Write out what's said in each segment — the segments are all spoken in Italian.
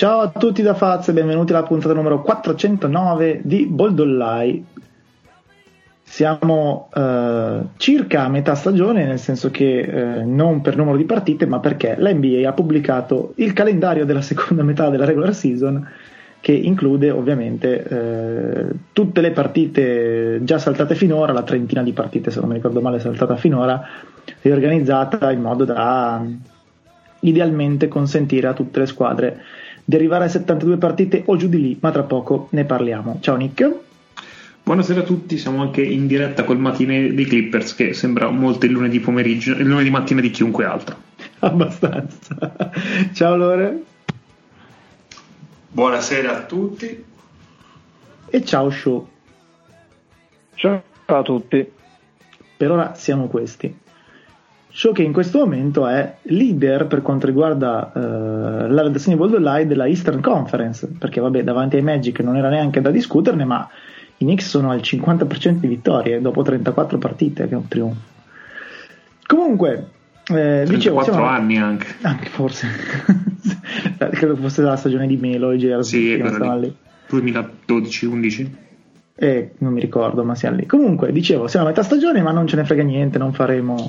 Ciao a tutti da Faz e benvenuti alla puntata numero 409 di Boldollai. Siamo circa a metà stagione, nel senso che non per numero di partite, ma perché la NBA ha pubblicato il calendario della seconda metà della regular season, che include ovviamente tutte le partite già saltate finora, la trentina di partite, se non mi ricordo male, saltata finora, riorganizzata in modo da idealmente consentire a tutte le squadre di arrivare a 72 partite o giù di lì, ma tra poco ne parliamo. Ciao Nick. Buonasera a tutti, siamo anche in diretta col mattine dei Clippers, che sembra molto il lunedì pomeriggio, il lunedì mattina di chiunque altro. Abbastanza. Ciao Lore. Buonasera a tutti. E ciao Show. Ciao a tutti. Per ora siamo questi. Show che in questo momento è leader per quanto riguarda la redazione di Boldollai della Eastern Conference, perché vabbè, davanti ai Magic non era neanche da discuterne, ma i Knicks sono al 50% di vittorie dopo 34 partite, che è un trionfo. Comunque 34 anni anche forse credo fosse la stagione di Melo e Gerard, sì, 2012-11 non mi ricordo, ma siamo lì. Comunque dicevo, siamo a metà stagione, ma non ce ne frega niente, non faremo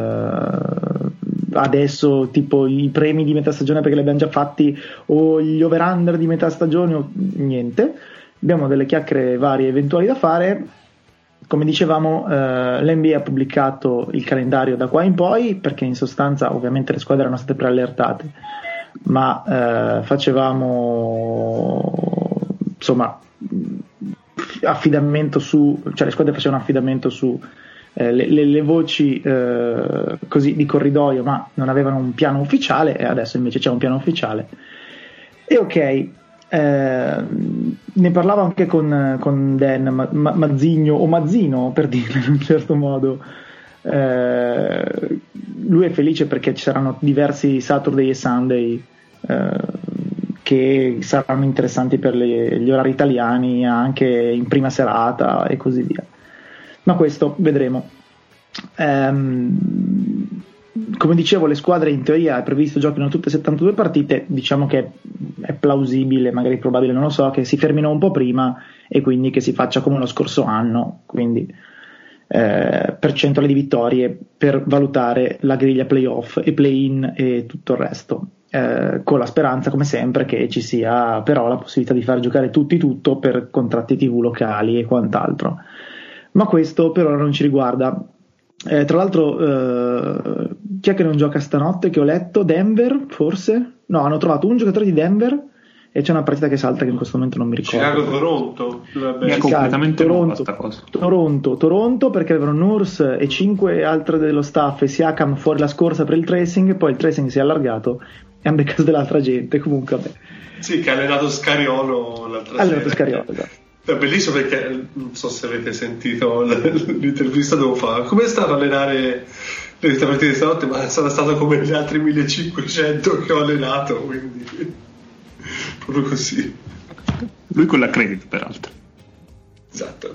adesso tipo i premi di metà stagione perché li abbiamo già fatti, o gli over-under di metà stagione, o niente. Abbiamo delle chiacchiere varie eventuali da fare. Come dicevamo, l'NBA ha pubblicato il calendario da qua in poi, perché in sostanza ovviamente le squadre erano state preallertate, ma facevamo insomma affidamento su, cioè le squadre facevano affidamento su le voci così di corridoio, ma non avevano un piano ufficiale, e adesso invece c'è un piano ufficiale. E ok, ne parlavo anche con Dan Mazzigno, o Mazzino per dirlo in un certo modo. Lui è felice perché ci saranno diversi Saturday e Sunday che saranno interessanti per gli orari italiani, anche in prima serata e così via, ma questo vedremo. Come dicevo, le squadre in teoria è previsto giochino tutte 72 partite. Diciamo che è plausibile, magari probabile, non lo so, che si fermino un po' prima e quindi che si faccia come lo scorso anno, quindi percentuale di vittorie per valutare la griglia playoff e play-in e tutto il resto, con la speranza come sempre che ci sia però la possibilità di far giocare tutti tutto per contratti TV locali e quant'altro, ma questo per ora non ci riguarda. Tra l'altro chi è che non gioca stanotte che ho letto? Denver forse? No, hanno trovato un giocatore di Denver e c'è una partita che salta che in questo momento non mi ricordo. Chicago-Toronto è completamente nuova sta cosa. Toronto perché avevano Nurse e 5 altre dello staff e Siakam fuori la scorsa per il tracing, poi il tracing si è allargato e hanno beccato dell'altra gente. Comunque vabbè. Sì, che ha allenato Scariolo l'altra sera. Scariolo, esatto. È bellissimo perché non so se avete sentito l'intervista dove fa come è stato allenare le partite di stanotte, ma sono stato come gli altri 1500 che ho allenato, quindi proprio così. Lui con la credit peraltro. Esatto.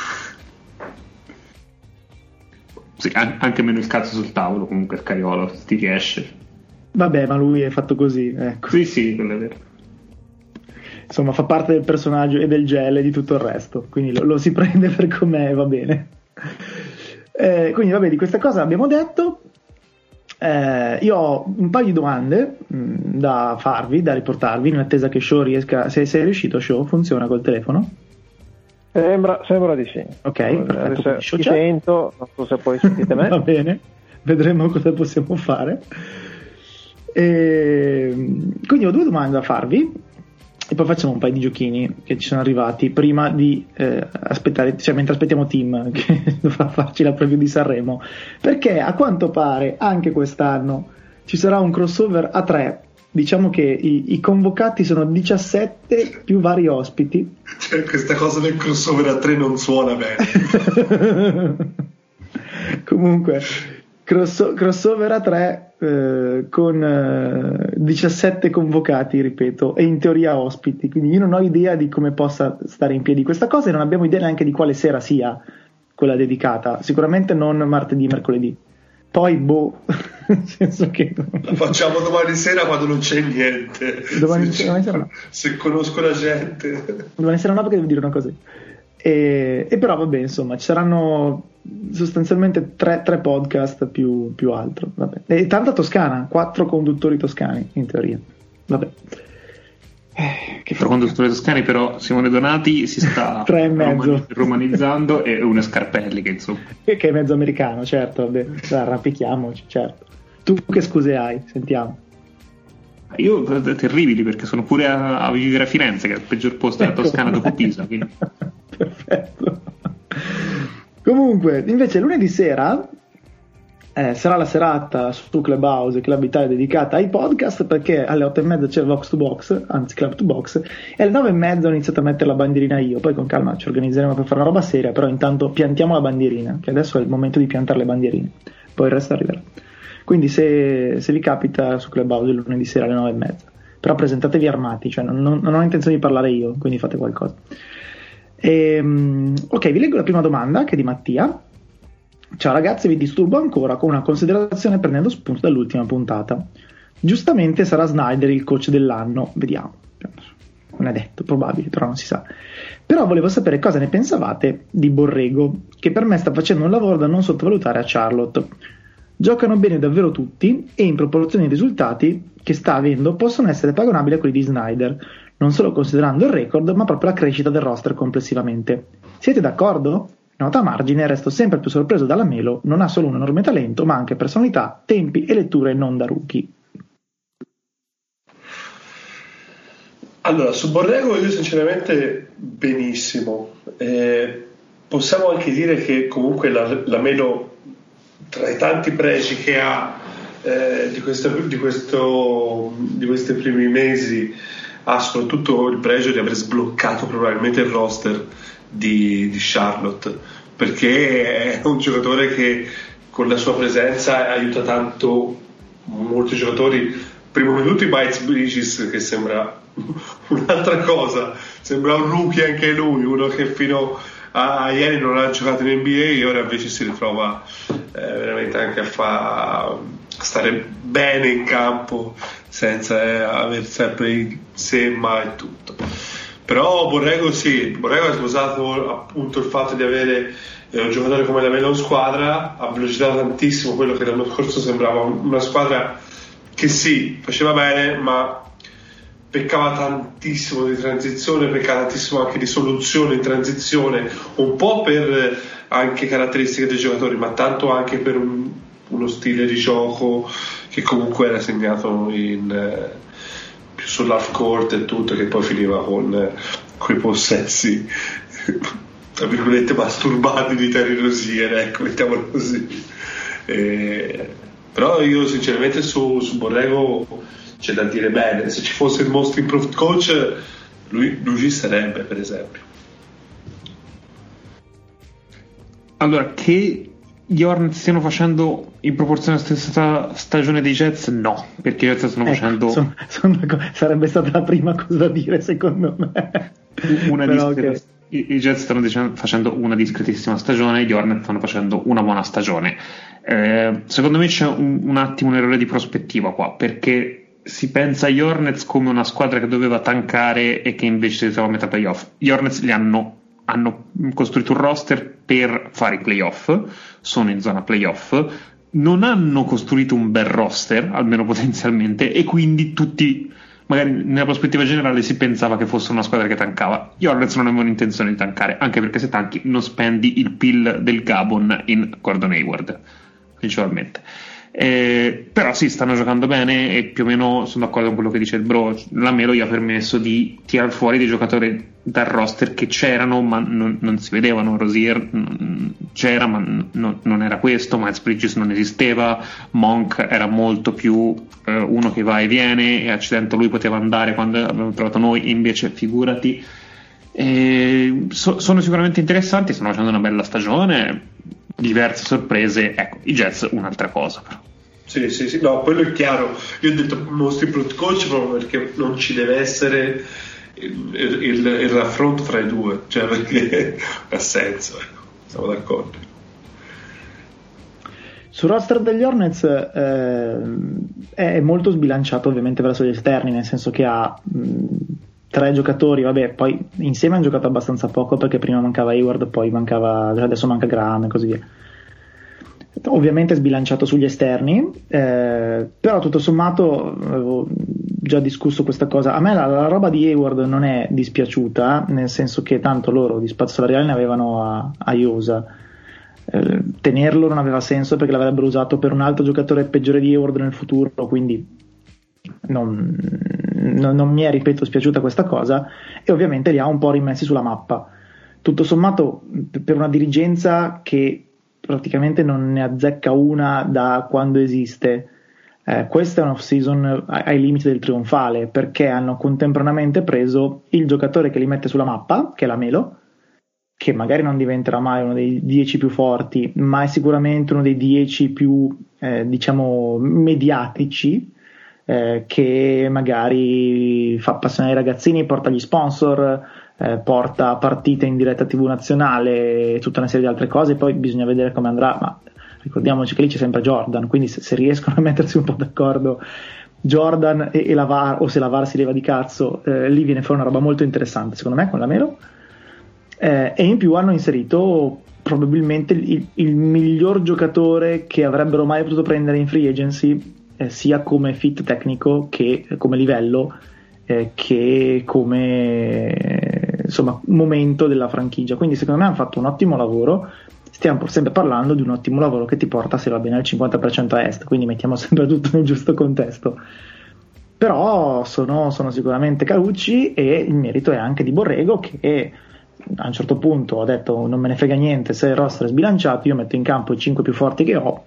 Sì, anche meno il cazzo sul tavolo comunque Scariolo, ti riesce. Vabbè, ma lui è fatto così, ecco. Sì, quello è vero. Insomma, fa parte del personaggio e del gel e di tutto il resto, quindi lo si prende per com'è, va bene. Quindi vabbè, di questa cosa abbiamo detto. Io ho un paio di domande da farvi, da riportarvi, in attesa che Show riesca. Se sei riuscito, Show, funziona col telefono? Sembra di sì. Ok, adesso ti sento, non so se poi sentite me. Va bene, vedremo cosa possiamo fare. Quindi ho due domande da farvi e poi facciamo un paio di giochini che ci sono arrivati prima di aspettare, cioè mentre aspettiamo Tim che dovrà farci la preview di Sanremo, perché a quanto pare anche quest'anno ci sarà un crossover a 3. Diciamo che i convocati sono 17 più vari ospiti. Cioè, questa cosa del crossover a 3 non suona bene. Comunque crossover a 3 con 17 convocati, ripeto, e in teoria ospiti, quindi io non ho idea di come possa stare in piedi questa cosa e non abbiamo idea neanche di quale sera sia quella dedicata, sicuramente non martedì, mercoledì, poi nel senso che la facciamo domani sera quando non c'è niente. Domani sera no. Se conosco la gente. Domani sera no, perché devo dire una cosa. E però vabbè, insomma, ci saranno sostanzialmente tre podcast più altro. Vabbè. E tanta Toscana, 4 conduttori toscani in teoria. Vabbè. Che conduttori toscani, però Simone Donati si sta 3,5 romanizzando e uno Scarpelli che insomma che è mezzo americano, certo, vabbè, arrampichiamoci, certo. Tu che scuse hai? Sentiamo. Io terribili, perché sono pure a vivere a Firenze, che è il peggior posto della Toscana dopo Pisa, quindi. Perfetto. Comunque, invece lunedì sera sarà la serata su Clubhouse e Club Italia dedicata ai podcast, perché alle 8:30 c'è il Vox to Box, anzi Club to Box, e alle 9:30 ho iniziato a mettere la bandierina io. Poi con calma ci organizzeremo per fare una roba seria, però intanto piantiamo la bandierina, che adesso è il momento di piantare le bandierine, poi il resto arriverà. Quindi se vi capita su Clubhouse il lunedì sera alle 9:30, però presentatevi armati, cioè non ho intenzione di parlare io, quindi fate qualcosa. Ok, vi leggo la prima domanda, che è di Mattia. Ciao ragazzi, vi disturbo ancora con una considerazione prendendo spunto dall'ultima puntata. Giustamente sarà Snyder il coach dell'anno, vediamo, non è detto, probabile, però non si sa. Però volevo sapere cosa ne pensavate di Borrego, che per me sta facendo un lavoro da non sottovalutare a Charlotte. Giocano bene davvero tutti e in proporzione ai risultati che sta avendo possono essere paragonabili a quelli di Snyder, non solo considerando il record ma proprio la crescita del roster complessivamente. Siete d'accordo? Nota a margine, resto sempre più sorpreso dalla Melo, non ha solo un enorme talento ma anche personalità, tempi e letture non da rookie. Allora, su Borrego io sinceramente benissimo. Possiamo anche dire che comunque la Melo, tra i tanti pregi che ha di questi primi mesi, ha soprattutto il pregio di aver sbloccato probabilmente il roster di Charlotte, perché è un giocatore che con la sua presenza aiuta tanto molti giocatori. Primo di tutti Miles Bridges, che sembra un'altra cosa, sembra un rookie anche lui, uno che fino a ieri non ha giocato in NBA e ora invece si ritrova veramente anche a stare bene in campo senza aver sempre il semma e tutto. Però Borrego ha sposato appunto il fatto di avere un giocatore come la Melo in squadra, ha velocizzato tantissimo quello che l'anno scorso sembrava una squadra che sì, faceva bene, ma peccava tantissimo di transizione, peccava tantissimo anche di soluzione in transizione, un po' per anche caratteristiche dei giocatori, ma tanto anche per uno stile di gioco che comunque era segnato più sull'half court e tutto, che poi finiva con quei possessi tra virgolette masturbati di Terry Rozier, ecco, mettiamolo così. Però io sinceramente su Borrego c'è da dire bene. Se ci fosse il Most Improved Coach lui ci sarebbe, per esempio. Allora, che gli Hornets stiano facendo in proporzione alla stessa stagione dei Jets, no, perché i Jets stanno facendo sarebbe stata la prima cosa da dire, secondo me. I Jets stanno facendo una discretissima stagione, gli Hornets stanno facendo una buona stagione. Secondo me c'è un attimo un errore di prospettiva qua, perché si pensa agli Hornets come una squadra che doveva tankare e che invece si ritrova a metà playoff. Gli Hornets hanno costruito un roster per fare i playoff, sono in zona playoff, non hanno costruito un bel roster, almeno potenzialmente, e quindi tutti, magari nella prospettiva generale, si pensava che fosse una squadra che tankava. Gli Hornets non avevano intenzione di tankare, anche perché se tanchi non spendi il pill del Gabon in Gordon Hayward, principalmente. Però sì, stanno giocando bene e più o meno sono d'accordo con quello che dice il bro. La Melo gli ha permesso di tirar fuori dei giocatori dal roster che c'erano ma non si vedevano. Rozier c'era ma non era questo, Miles Bridges non esisteva, Monk era molto più uno che va e viene, e accidente lui poteva andare quando abbiamo trovato noi, invece figurati. Sono sicuramente interessanti, stanno facendo una bella stagione, diverse sorprese. Ecco, i Jets un'altra cosa però. Sì, no, quello è chiaro. Io ho detto Most Improved Coach proprio perché non ci deve essere il raffronto fra i due, cioè perché ha senso, ecco. Siamo d'accordo. Sul roster degli Hornets è molto sbilanciato ovviamente verso gli esterni, nel senso che ha 3 giocatori, vabbè, poi insieme hanno giocato abbastanza poco perché prima mancava Hayward, poi adesso manca Graham e così via. Ovviamente è sbilanciato sugli esterni, però tutto sommato avevo già discusso questa cosa. A me la roba di Hayward non è dispiaciuta, nel senso che tanto loro di spazio salariale ne avevano a iosa. Tenerlo non aveva senso perché l'avrebbero usato per un altro giocatore peggiore di Hayward nel futuro, quindi non mi è, ripeto, spiaciuta questa cosa, e ovviamente li ha un po' rimessi sulla mappa. Tutto sommato, per una dirigenza che praticamente non ne azzecca una da quando esiste, questa è un off-season ai limiti del trionfale, perché hanno contemporaneamente preso il giocatore che li mette sulla mappa, che è la Melo, che magari non diventerà mai uno dei 10 più forti, ma è sicuramente uno dei 10 più diciamo mediatici, che magari fa appassionare i ragazzini, porta gli sponsor, porta partite in diretta TV nazionale e tutta una serie di altre cose. Poi bisogna vedere come andrà, ma ricordiamoci che lì c'è sempre Jordan, quindi se riescono a mettersi un po' d'accordo Jordan e Lavar, o se Lavar si leva di cazzo, lì viene fuori una roba molto interessante secondo me con la Melo. E in più hanno inserito probabilmente il miglior giocatore che avrebbero mai potuto prendere in free agency, sia come fit tecnico che come livello, che come insomma momento della franchigia. Quindi secondo me hanno fatto un ottimo lavoro. Stiamo sempre parlando di un ottimo lavoro che ti porta, se va bene, al 50% a est, quindi mettiamo sempre tutto nel giusto contesto. Però sono sicuramente carucci, e il merito è anche di Borrego, che a un certo punto ha detto non me ne frega niente se il roster è sbilanciato, io metto in campo i 5 più forti che ho.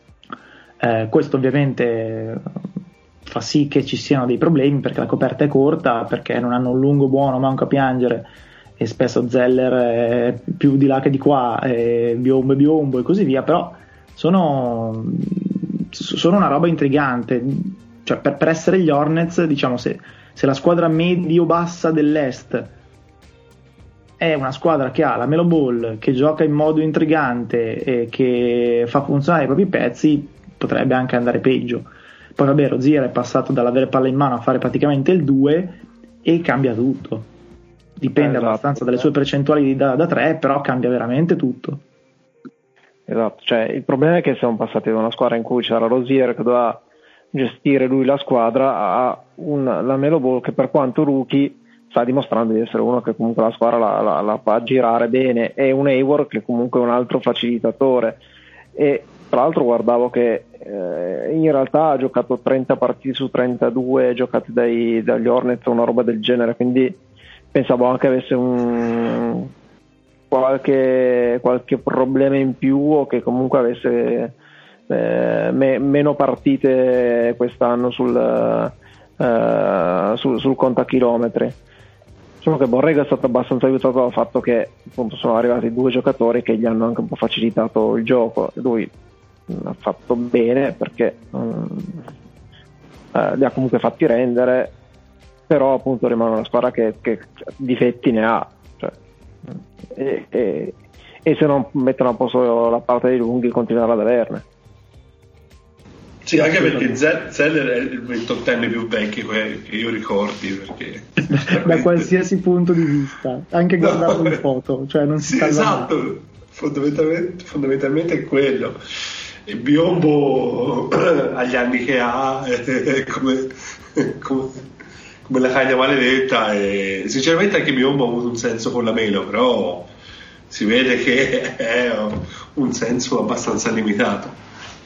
Questo ovviamente fa sì che ci siano dei problemi, perché la coperta è corta, perché non hanno un lungo buono, manco a piangere, e spesso Zeller è più di là che di qua, biombo e così via. Però sono una roba intrigante, cioè per essere gli Hornets, diciamo, se la squadra medio-bassa dell'Est è una squadra che ha la Melo Ball, che gioca in modo intrigante e che fa funzionare i propri pezzi, potrebbe anche andare peggio. Poi vabbè, Rozier è passato dall'avere palla in mano a fare praticamente il 2 e cambia tutto. Dipende abbastanza dalle sue percentuali da 3, però cambia veramente tutto. Esatto, cioè il problema è che siamo passati da una squadra in cui c'era Rozier che doveva gestire lui la squadra a la Melo Ball che, per quanto rookie, sta dimostrando di essere uno che comunque la squadra la fa girare bene, e un Hayward che comunque è un altro facilitatore. E tra l'altro guardavo che in realtà ha giocato 30 partite su 32 giocate dagli Hornets, una roba del genere, quindi pensavo anche avesse qualche problema in più, o che comunque avesse meno partite quest'anno sul contachilometri. Diciamo che Borrego è stato abbastanza aiutato dal fatto che appunto sono arrivati 2 giocatori che gli hanno anche un po' facilitato il gioco. Lui ha fatto bene perché li ha comunque fatti rendere, però appunto rimane una squadra che difetti ne ha, cioè, e se non mettono a posto la parte dei lunghi continuerà ad averne. Sì, anche perché Zeller è il 28enne più vecchio che io ricordi, perché da qualsiasi punto di vista, anche guardando le foto, cioè non si esatto mai. Fondamentalmente è quello. E Biombo agli anni che ha, come la cagna maledetta, e sinceramente anche Biombo ha avuto un senso con la Melo, però si vede che è un senso abbastanza limitato.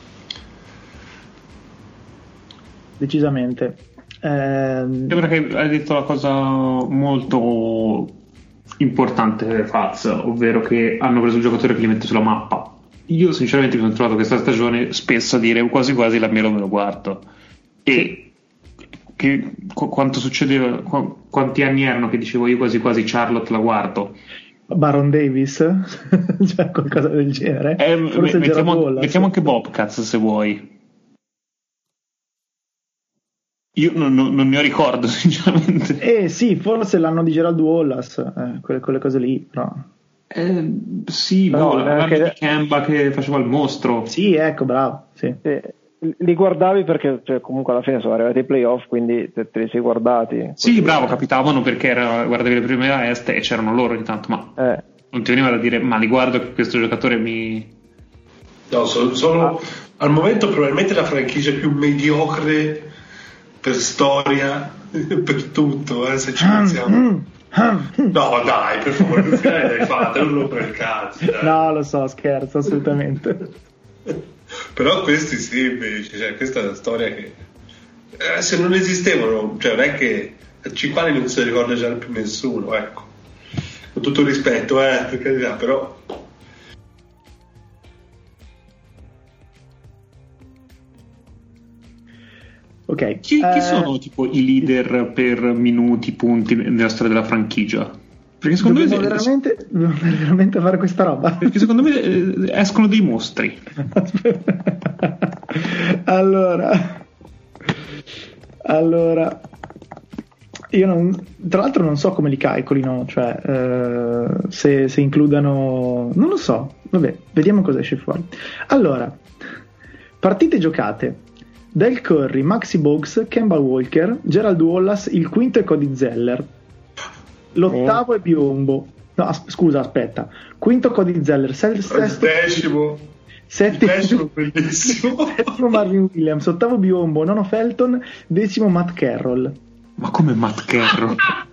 Decisamente. Sembra che hai detto la cosa molto importante, Faz, ovvero che hanno preso un giocatore che li mette sulla mappa. Io sinceramente mi sono trovato questa stagione spesso a dire quasi quasi la Melo me lo guardo, e quanto succedeva, quanti anni erano che dicevo io quasi quasi Charlotte la guardo. Baron Davis cioè qualcosa del genere. Forse mettiamo anche Bobcats se vuoi. Io non ne ho ricordo sinceramente. Sì, forse l'anno di Gerald Wallace, quelle cose lì, però Sì, anche di Kemba che faceva il mostro. Sì, ecco, bravo. Sì. Li guardavi perché comunque alla fine sono arrivati ai playoff, quindi te li sei guardati. Sì, bravo, capitavano perché guardavi le prime a est e c'erano loro ogni tanto, ma non ti veniva da dire ma li guardo che questo giocatore mi... No, sono al momento probabilmente la franchigia più mediocre per storia, per tutto, se ci pensiamo. No, dai, per favore, che finale l'hai fatta? Non lo per il cazzo. Dai. No, lo so, scherzo, assolutamente. Però questi sì, invece, cioè, questa è una storia che se non esistevano, cioè non è che a 5 anni non se ne ricorda già più nessuno, ecco. Con tutto il rispetto, per carità, però... Ok. Chi sono tipo i leader per minuti, punti nella storia della franchigia? Perché secondo dobbiamo veramente fare questa roba? Perché secondo me escono dei mostri. Allora io tra l'altro non so come li calcolino, cioè se includano, non lo so, vabbè, vediamo cosa esce fuori. Allora, partite giocate: Del Curry, Maxi Bogues, Kemba Walker, Gerald Wallace, il quinto è Cody Zeller, l'ottavo è Biyombo, no aspetta, quinto Cody Zeller, decimo bellissimo, settimo Marvin Williams, ottavo Biyombo, nono Felton, decimo Matt Carroll. Ma come Matt Carroll?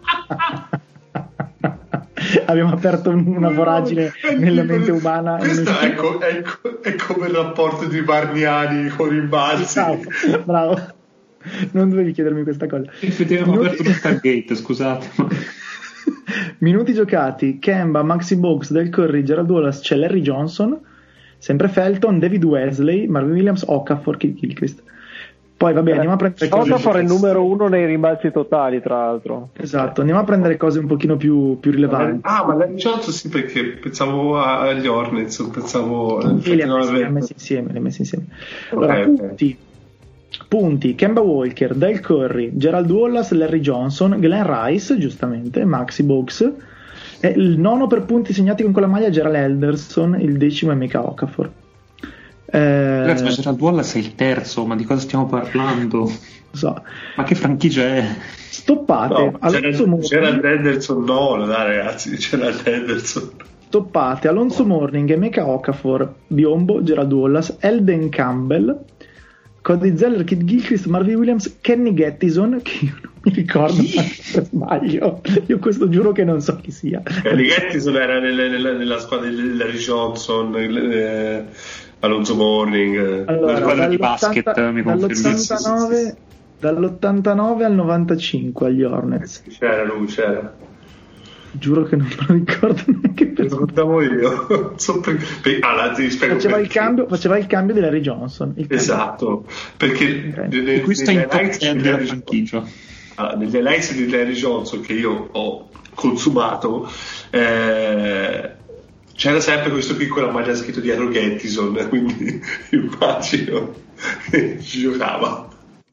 Abbiamo aperto una voragine nella mente umana. Questo è come il rapporto di Bargnani con Rimbalzi. Bravo. Non dovevi chiedermi questa cosa. Effettivamente ho aperto lo Stargate, scusate. Minuti giocati: Kemba, Maxi Bogues, Del Curry, Gerald Wallace, c'è Larry Johnson, sempre Felton, David Wesley, Marvin Williams, Okafor, Gilchrist. Poi vabbè, andiamo a prendere cose. Okafor è il numero 1 nei rimbalzi totali, tra l'altro. Esatto, andiamo a prendere cose un pochino più rilevanti. Ma Larry Johnson sì, perché pensavo agli Hornets, pensavo le ha messi insieme. Allora, okay. Punti: Kemba Walker, Del Curry, Gerald Wallace, Larry Johnson, Glenn Rice, giustamente, Maxi Bogues, e il nono per punti segnati con quella maglia Gerald Henderson, il decimo è Mika Okafor. Ragazzi, ma Gerald Wallace è il terzo, ma di cosa stiamo parlando? So. Ma che franchigia è? Stoppate. No, Gerald Henderson no, dai ragazzi, Gerald Henderson. Stoppate Alonso Mourning, Emeka Okafor, Biyombo, Gerald Wallace, Elden Campbell, Cody Zeller, Kid Gilchrist, Marvin Williams, Kenny Gettison, che io non mi ricordo se sbaglio, io questo giuro che non so chi sia. Kenny Gettison era nella squadra di Larry Johnson, Alonso Mourning, allora, la squadra di basket, mi confermi? Dall'89 al 95 agli Hornets. C'era. Giuro che non me lo ricordo neanche per lo ricordavo io. Faceva il cambio di Larry Johnson. Esatto, perché questo è in top 10 della franchigia. Negli highlights di Larry Johnson che io ho consumato, c'era sempre questo piccolo maglia scritto dietro Gettison, quindi immagino che ci giocava.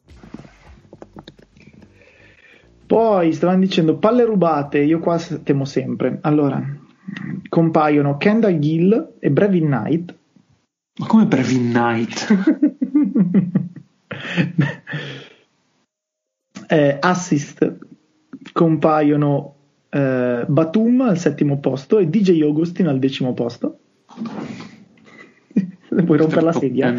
Poi stavano dicendo palle rubate, io qua temo sempre. Allora, compaiono Kendall Gill e Brevin Knight. Ma come Brevin Knight? Assist compaiono Batum al 7° posto e DJ Augustin al 10° posto. Puoi rompere la sedia.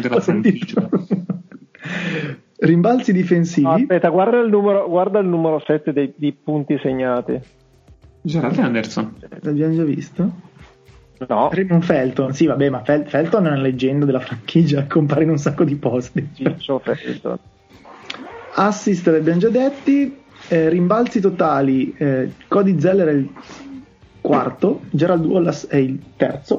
Rimbalzi difensivi. Aspetta, guarda il numero 7 dei punti segnati. Gerald Henderson. L'abbiamo già visto? No. Raymond Felton, sì vabbè, ma Felton è una leggenda della franchigia, compare in un sacco di posti. Felton. Assist l'abbiamo già detti, rimbalzi totali, Cody Zeller è il 4, Gerald Wallace è il 3.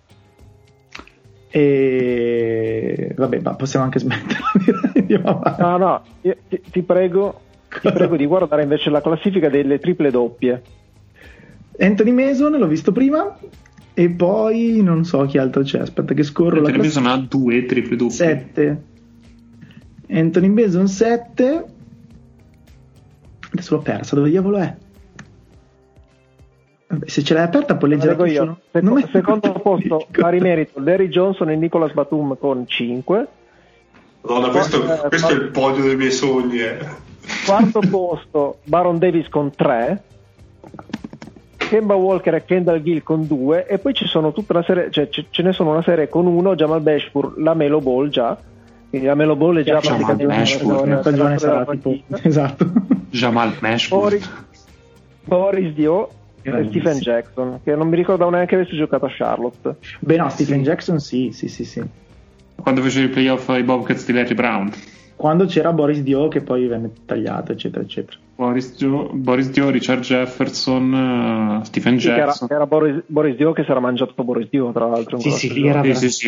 E vabbè, ma possiamo anche smetterla. No, io ti prego di guardare invece la classifica delle triple doppie. Anthony Mason l'ho visto prima e poi non so chi altro c'è, aspetta che scorro. Anthony Mason ha 2 triple doppie. 7. Anthony Mason 7. Adesso l'ho persa, dove diavolo è? Se ce l'hai aperta puoi leggere io. Secondo posto, pari merito, Larry Johnson e Nicolas Batum con 5. Madonna, questo è il podio dei miei sogni. Quarto posto, Baron Davis con 3. Kemba Walker e Kendall Gill con 2. E poi ci sono tutta una serie, cioè ce ne sono una serie con 1, Jamal Bashford, la Melo Ball già. Quindi la Melo Ball è già praticamente una stagione sarà tipo, esatto. Jamal Bashford, Boris Dio e Stephen Jackson, che non mi ricordavo neanche avesse giocato a Charlotte. Beh no, Stephen Jackson sì. quando fece il playoff ai Bobcats di Larry Brown, quando c'era Boris Dio che poi venne tagliato, eccetera eccetera. Boris Dio, Richard Jefferson, Stephen Jackson. Era Boris Dio che si era mangiato Boris Dio, tra l'altro. Sì, era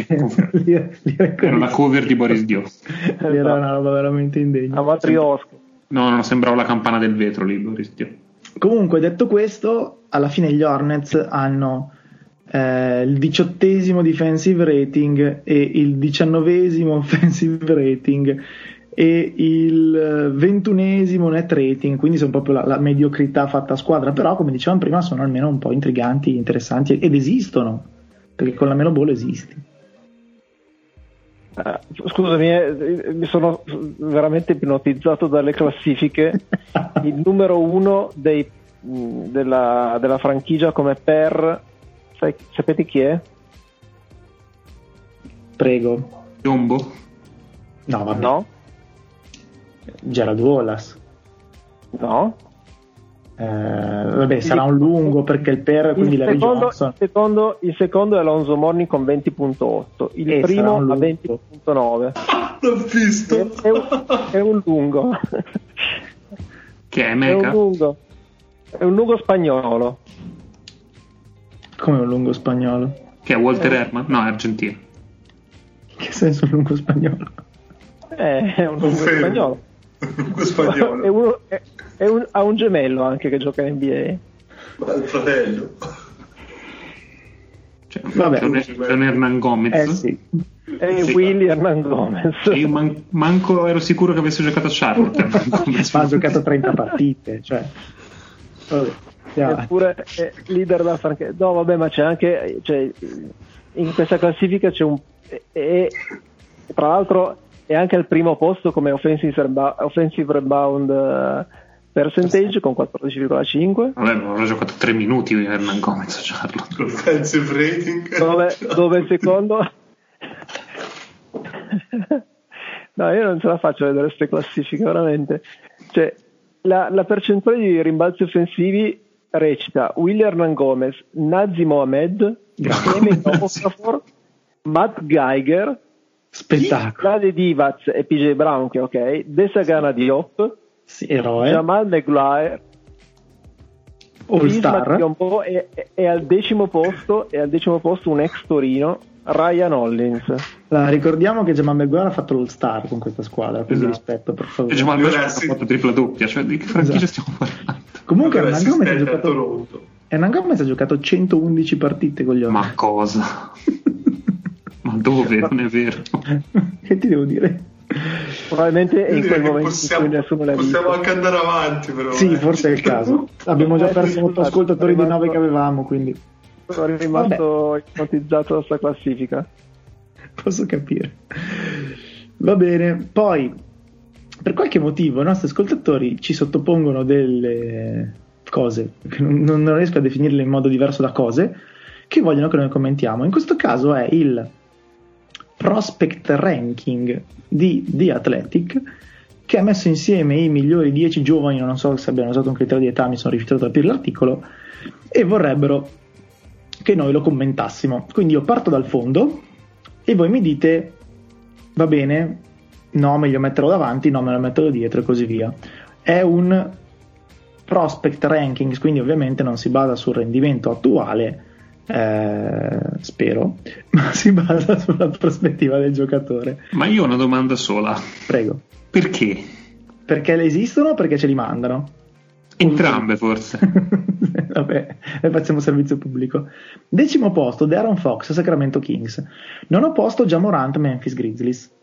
la cover di Boris Dio. Era una roba veramente indegna. A Matriosco. No, non sembrava la campana del vetro lì, Boris Dio. Comunque, detto questo, alla fine gli Hornets hanno il 18° defensive rating e il 19° offensive rating e il 21° net rating, quindi sono proprio la mediocrità fatta a squadra, però come dicevamo prima sono almeno un po' intriganti, interessanti ed esistono, perché con la Melo Ball esisti. Scusami, mi sono veramente ipnotizzato dalle classifiche. Il numero 1 della franchigia come sapete chi è? Prego. Piombo? No, vabbè. No. Gerald Wallace. No. Vabbè, sarà un lungo perché il per, quindi la Johnson. Il secondo è Alonso Mourning con 20.8, il primo a 20.9. L'ho visto. È un lungo. Che è Meca? È un lungo spagnolo. Come un lungo spagnolo? Che è Walter Herman? No, è argentino. Che senso un lungo spagnolo? È un lungo spagnolo. Spagnolo. Ha un gemello anche che gioca in NBA. Ma il fratello. Vabbè. C'è un Hernan Gomez. Sì. È Willy Hernan Gomez. Io manco ero sicuro che avesse giocato a Charlotte. Ma ha giocato 30 partite, cioè. Vabbè. Eppure è leader della franchigia. No, vabbè, ma c'è anche, in questa classifica c'è tra l'altro è anche al primo posto come offensive rebound percentage con 14,5. Vabbè, aveva giocato 3 minuti Hernan Gomez a Charlotte. Offensive rating. Dove il secondo no, io non ce la faccio a vedere queste classifiche veramente. Cioè la percentuale di rimbalzi offensivi recita Willy Hernan Gomez, Nazi Mohamed, Emin Okafor, Matt Geiger, spettacolo, Vlade Divac e PJ Brown, che ok, Desagana Diop, eroe, Jamal Maguire, All-Star, e al 10° posto un ex Torino, Ryan Hollins. Ricordiamo che Jamal Maguire ha fatto l'All-Star con questa squadra, quindi rispetto, per favore. E Jamal Maguire ha fatto tripla doppia, cioè di che franchigia stiamo parlando? Comunque Hernan Gomez ha giocato 111 partite con gli Hornets. Ma cosa? Ma dove? Non è vero. Che ti devo dire? Probabilmente è in quel momento in cui nessuno l'ha visto. Possiamo anche andare avanti, però. Sì, forse è il caso. Abbiamo già perso 8 ascoltatori di 9 che avevamo, quindi sono rimasto ipnotizzato da sta classifica. Posso capire. Va bene, poi per qualche motivo i nostri ascoltatori ci sottopongono delle cose che non riesco a definirle in modo diverso da cose che vogliono che noi commentiamo. In questo caso è il prospect ranking di The Athletic, che ha messo insieme i migliori 10 giovani, non so se abbiano usato un criterio di età, mi sono rifiutato ad aprire l'articolo, e vorrebbero che noi lo commentassimo. Quindi io parto dal fondo e voi mi dite va bene, no, meglio metterlo davanti, no, me lo metterò dietro e così via. È un prospect rankings, quindi ovviamente non si basa sul rendimento attuale, spero, ma si basa sulla prospettiva del giocatore. Ma io ho una domanda sola. Prego. Perché? Perché le esistono o perché ce li mandano? Entrambe forse. Vabbè, noi facciamo servizio pubblico. 10° posto De'Aaron Fox, Sacramento Kings. 9° posto Ja Morant, Memphis Grizzlies.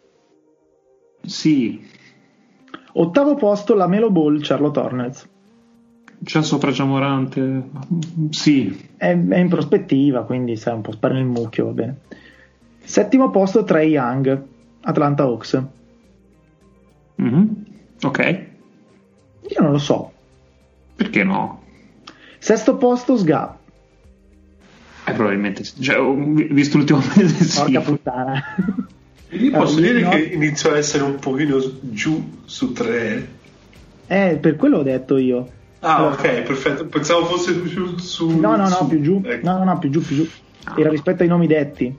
Sì. 8° posto la Melo Ball, Charlotte Hornets. C'è sopra Giamorante? Sì. È in prospettiva, quindi sai un po' spara nel mucchio, va bene. 7° posto Trae Young, Atlanta Hawks. Ok. Io non lo so. Perché no? 6° posto Sga. Probabilmente sì. Cioè, visto l'ultimo mese sì. Porca puttana. Io posso dire che inizio a essere un pochino giù su 3. Per quello ho detto io. Allora, ok, perfetto. Pensavo fosse più su. No, su, più giù. Ecco. No, più giù. Era rispetto ai nomi detti.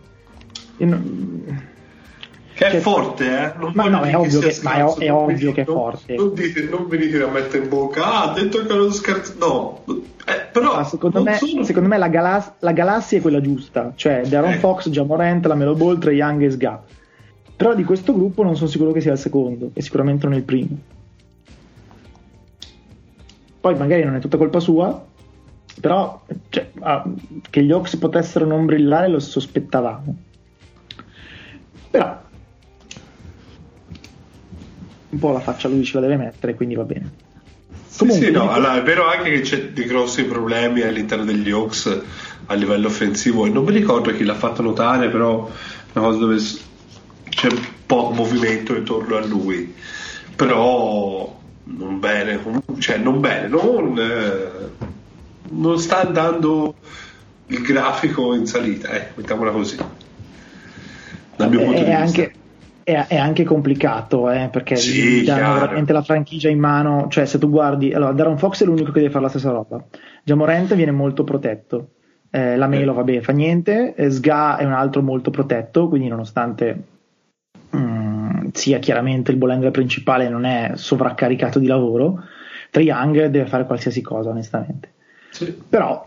Che è forte, Non ma no, è ovvio che è forte. Non venite a mettere in bocca. Ha detto che non scherzo. No, però secondo me la galassia è quella giusta. Cioè De'Aaron Fox, Ja Morant, LaMelo Ball, Trae Young e Sga. Però di questo gruppo non sono sicuro che sia il secondo, e sicuramente non il primo. Poi magari non è tutta colpa sua, però che gli Hawks potessero non brillare lo sospettavamo. Però un po' la faccia lui ce la deve mettere, quindi va bene. Comunque, allora, è vero anche che c'è dei grossi problemi all'interno degli Hawks a livello offensivo, e non mi ricordo chi l'ha fatto notare, però una cosa dove c'è poco movimento intorno a lui, però non sta andando il grafico in salita, mettiamola così, dal mio punto di vista. È anche complicato, perché hanno veramente la franchigia in mano. Cioè, se tu guardi, allora De'Aaron Fox è l'unico che deve fare la stessa roba. Ja Morant viene molto protetto, LaMelo vabbè fa niente, Sga è un altro molto protetto, quindi nonostante sia chiaramente il ball handler principale, non è sovraccaricato di lavoro. Trae Young deve fare qualsiasi cosa, onestamente. Sì. Però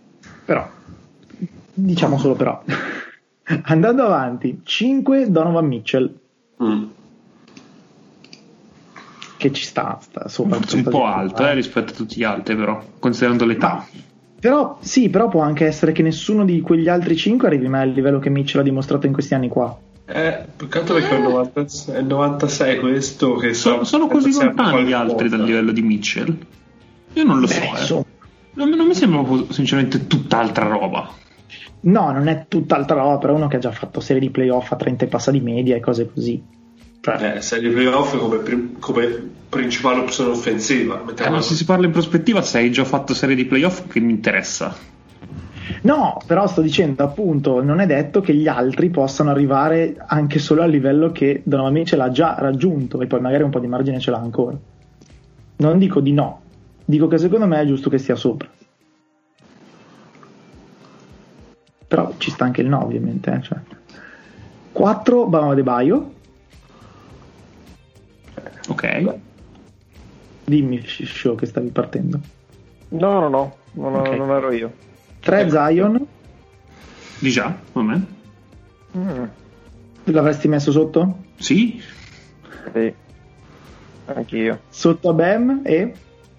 diciamo solo però. Andando avanti, 5 Donovan Mitchell. Che ci sta sopra. Forse un po' alto rispetto a tutti gli altri, però, considerando l'età. Però può anche essere che nessuno di quegli altri 5 arrivi mai al livello che Mitchell ha dimostrato in questi anni qua. Peccato perché è il 96 questo che sono così lontani gli altri dal livello di Mitchell. Io non lo so. Non mi sembra sinceramente tutt'altra roba. No, non è tutt'altra roba, però uno che ha già fatto serie di playoff a 30 e passa di media e cose così. Serie di playoff come principale opzione offensiva. Ma se si parla in prospettiva, se hai già fatto serie di playoff, che mi interessa. No, però sto dicendo appunto, non è detto che gli altri possano arrivare anche solo al livello che Donovan Mitchell l'ha già raggiunto, e poi magari un po' di margine ce l'ha ancora. Non dico di no, dico che secondo me è giusto che stia sopra. Però ci sta anche il no, ovviamente. 4 Bam Adebayo. Ok. Dimmi, show, che stavi partendo. No, non ero io. 3 Zion. Di già, vabbè. L'avresti messo sotto? Sì. Sì. Anch'io. Sotto a Bam e?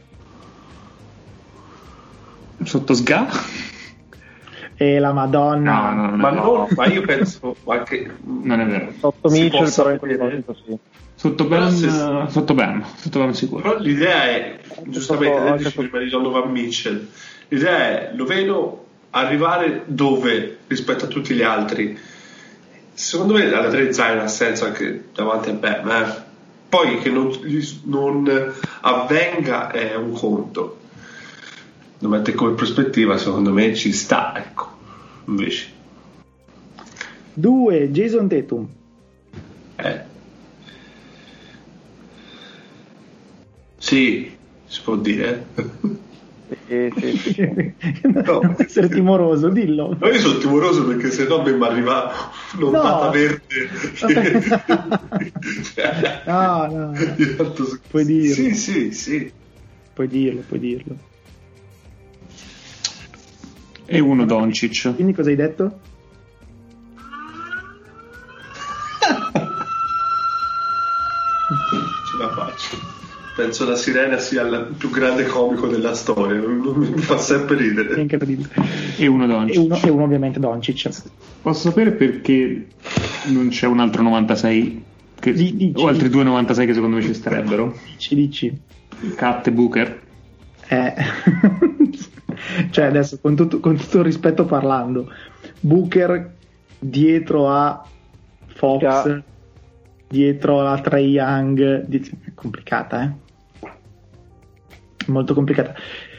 Sotto Sga? E la Madonna. No. Ma io penso anche non è vero. Sotto Mitchell, però in questo momento sì. Sotto Bam sicuro. Però l'idea è, giustamente, prima di Donovan Mitchell, l'idea è, lo vedo arrivare dove rispetto a tutti gli altri. Secondo me alla 3 Zion ha senso anche davanti a Bam, poi che non avvenga è un conto. Lo mette come prospettiva, secondo me ci sta, ecco. Invece 2 Jason Tatum. Sì, si può dire. Sì. No. Non essere timoroso, dillo. No, io sono timoroso perché se no mi arriva un'ondata verde. No. Puoi dirlo. Sì. Puoi dirlo. E 1 Doncic. Quindi cosa hai detto? Ce la faccio. Penso la sirena sia il più grande comico della storia, mi fa sempre ridere. È incredibile. E 1 Doncic. E uno ovviamente Doncic. Posso sapere perché non c'è un altro 96 o altri 2 96 che secondo me ci starebbero? Dici. Cat e Booker. Cioè adesso con tutto il rispetto parlando, Booker dietro a Fox, dietro a Trae Young, è complicata, molto complicata.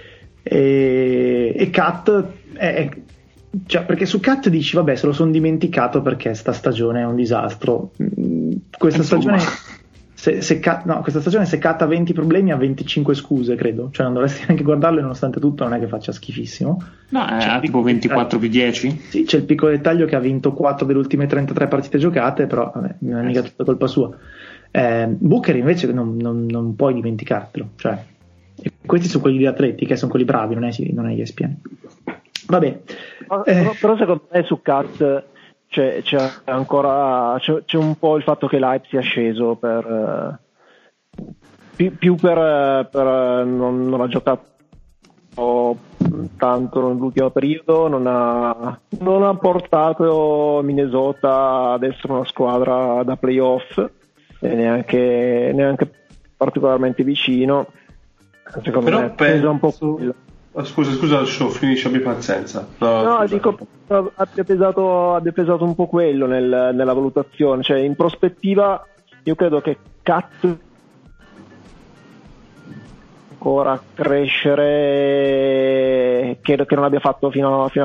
E Cat cioè, perché su Cat dici vabbè, se lo sono dimenticato perché sta stagione è un disastro. Questa stagione se Cat ha 20 problemi ha 25 scuse, credo, cioè non dovresti neanche guardarlo, e nonostante tutto non è che faccia schifissimo. No, è tipo 24 più 10. Sì, c'è il piccolo dettaglio che ha vinto 4 delle ultime 33 partite giocate, però vabbè, non è mica tutta colpa sua. Booker invece non puoi dimenticartelo, cioè, e questi sono quelli di Atleti, che sono quelli bravi, non è ESPN. Vabbè, però secondo me su Cat c'è un po' il fatto che l'hype sia sceso per non ha giocato tanto nell'ultimo periodo, non ha portato Minnesota ad essere una squadra da playoff, e neanche particolarmente vicino. Secondo me pesa un po' quello. Scusa, finisci, abbi pazienza. No, dico, abbia pesato un po' quello nella valutazione, cioè in prospettiva io credo che Cat ancora crescere, credo che non abbia fatto fino a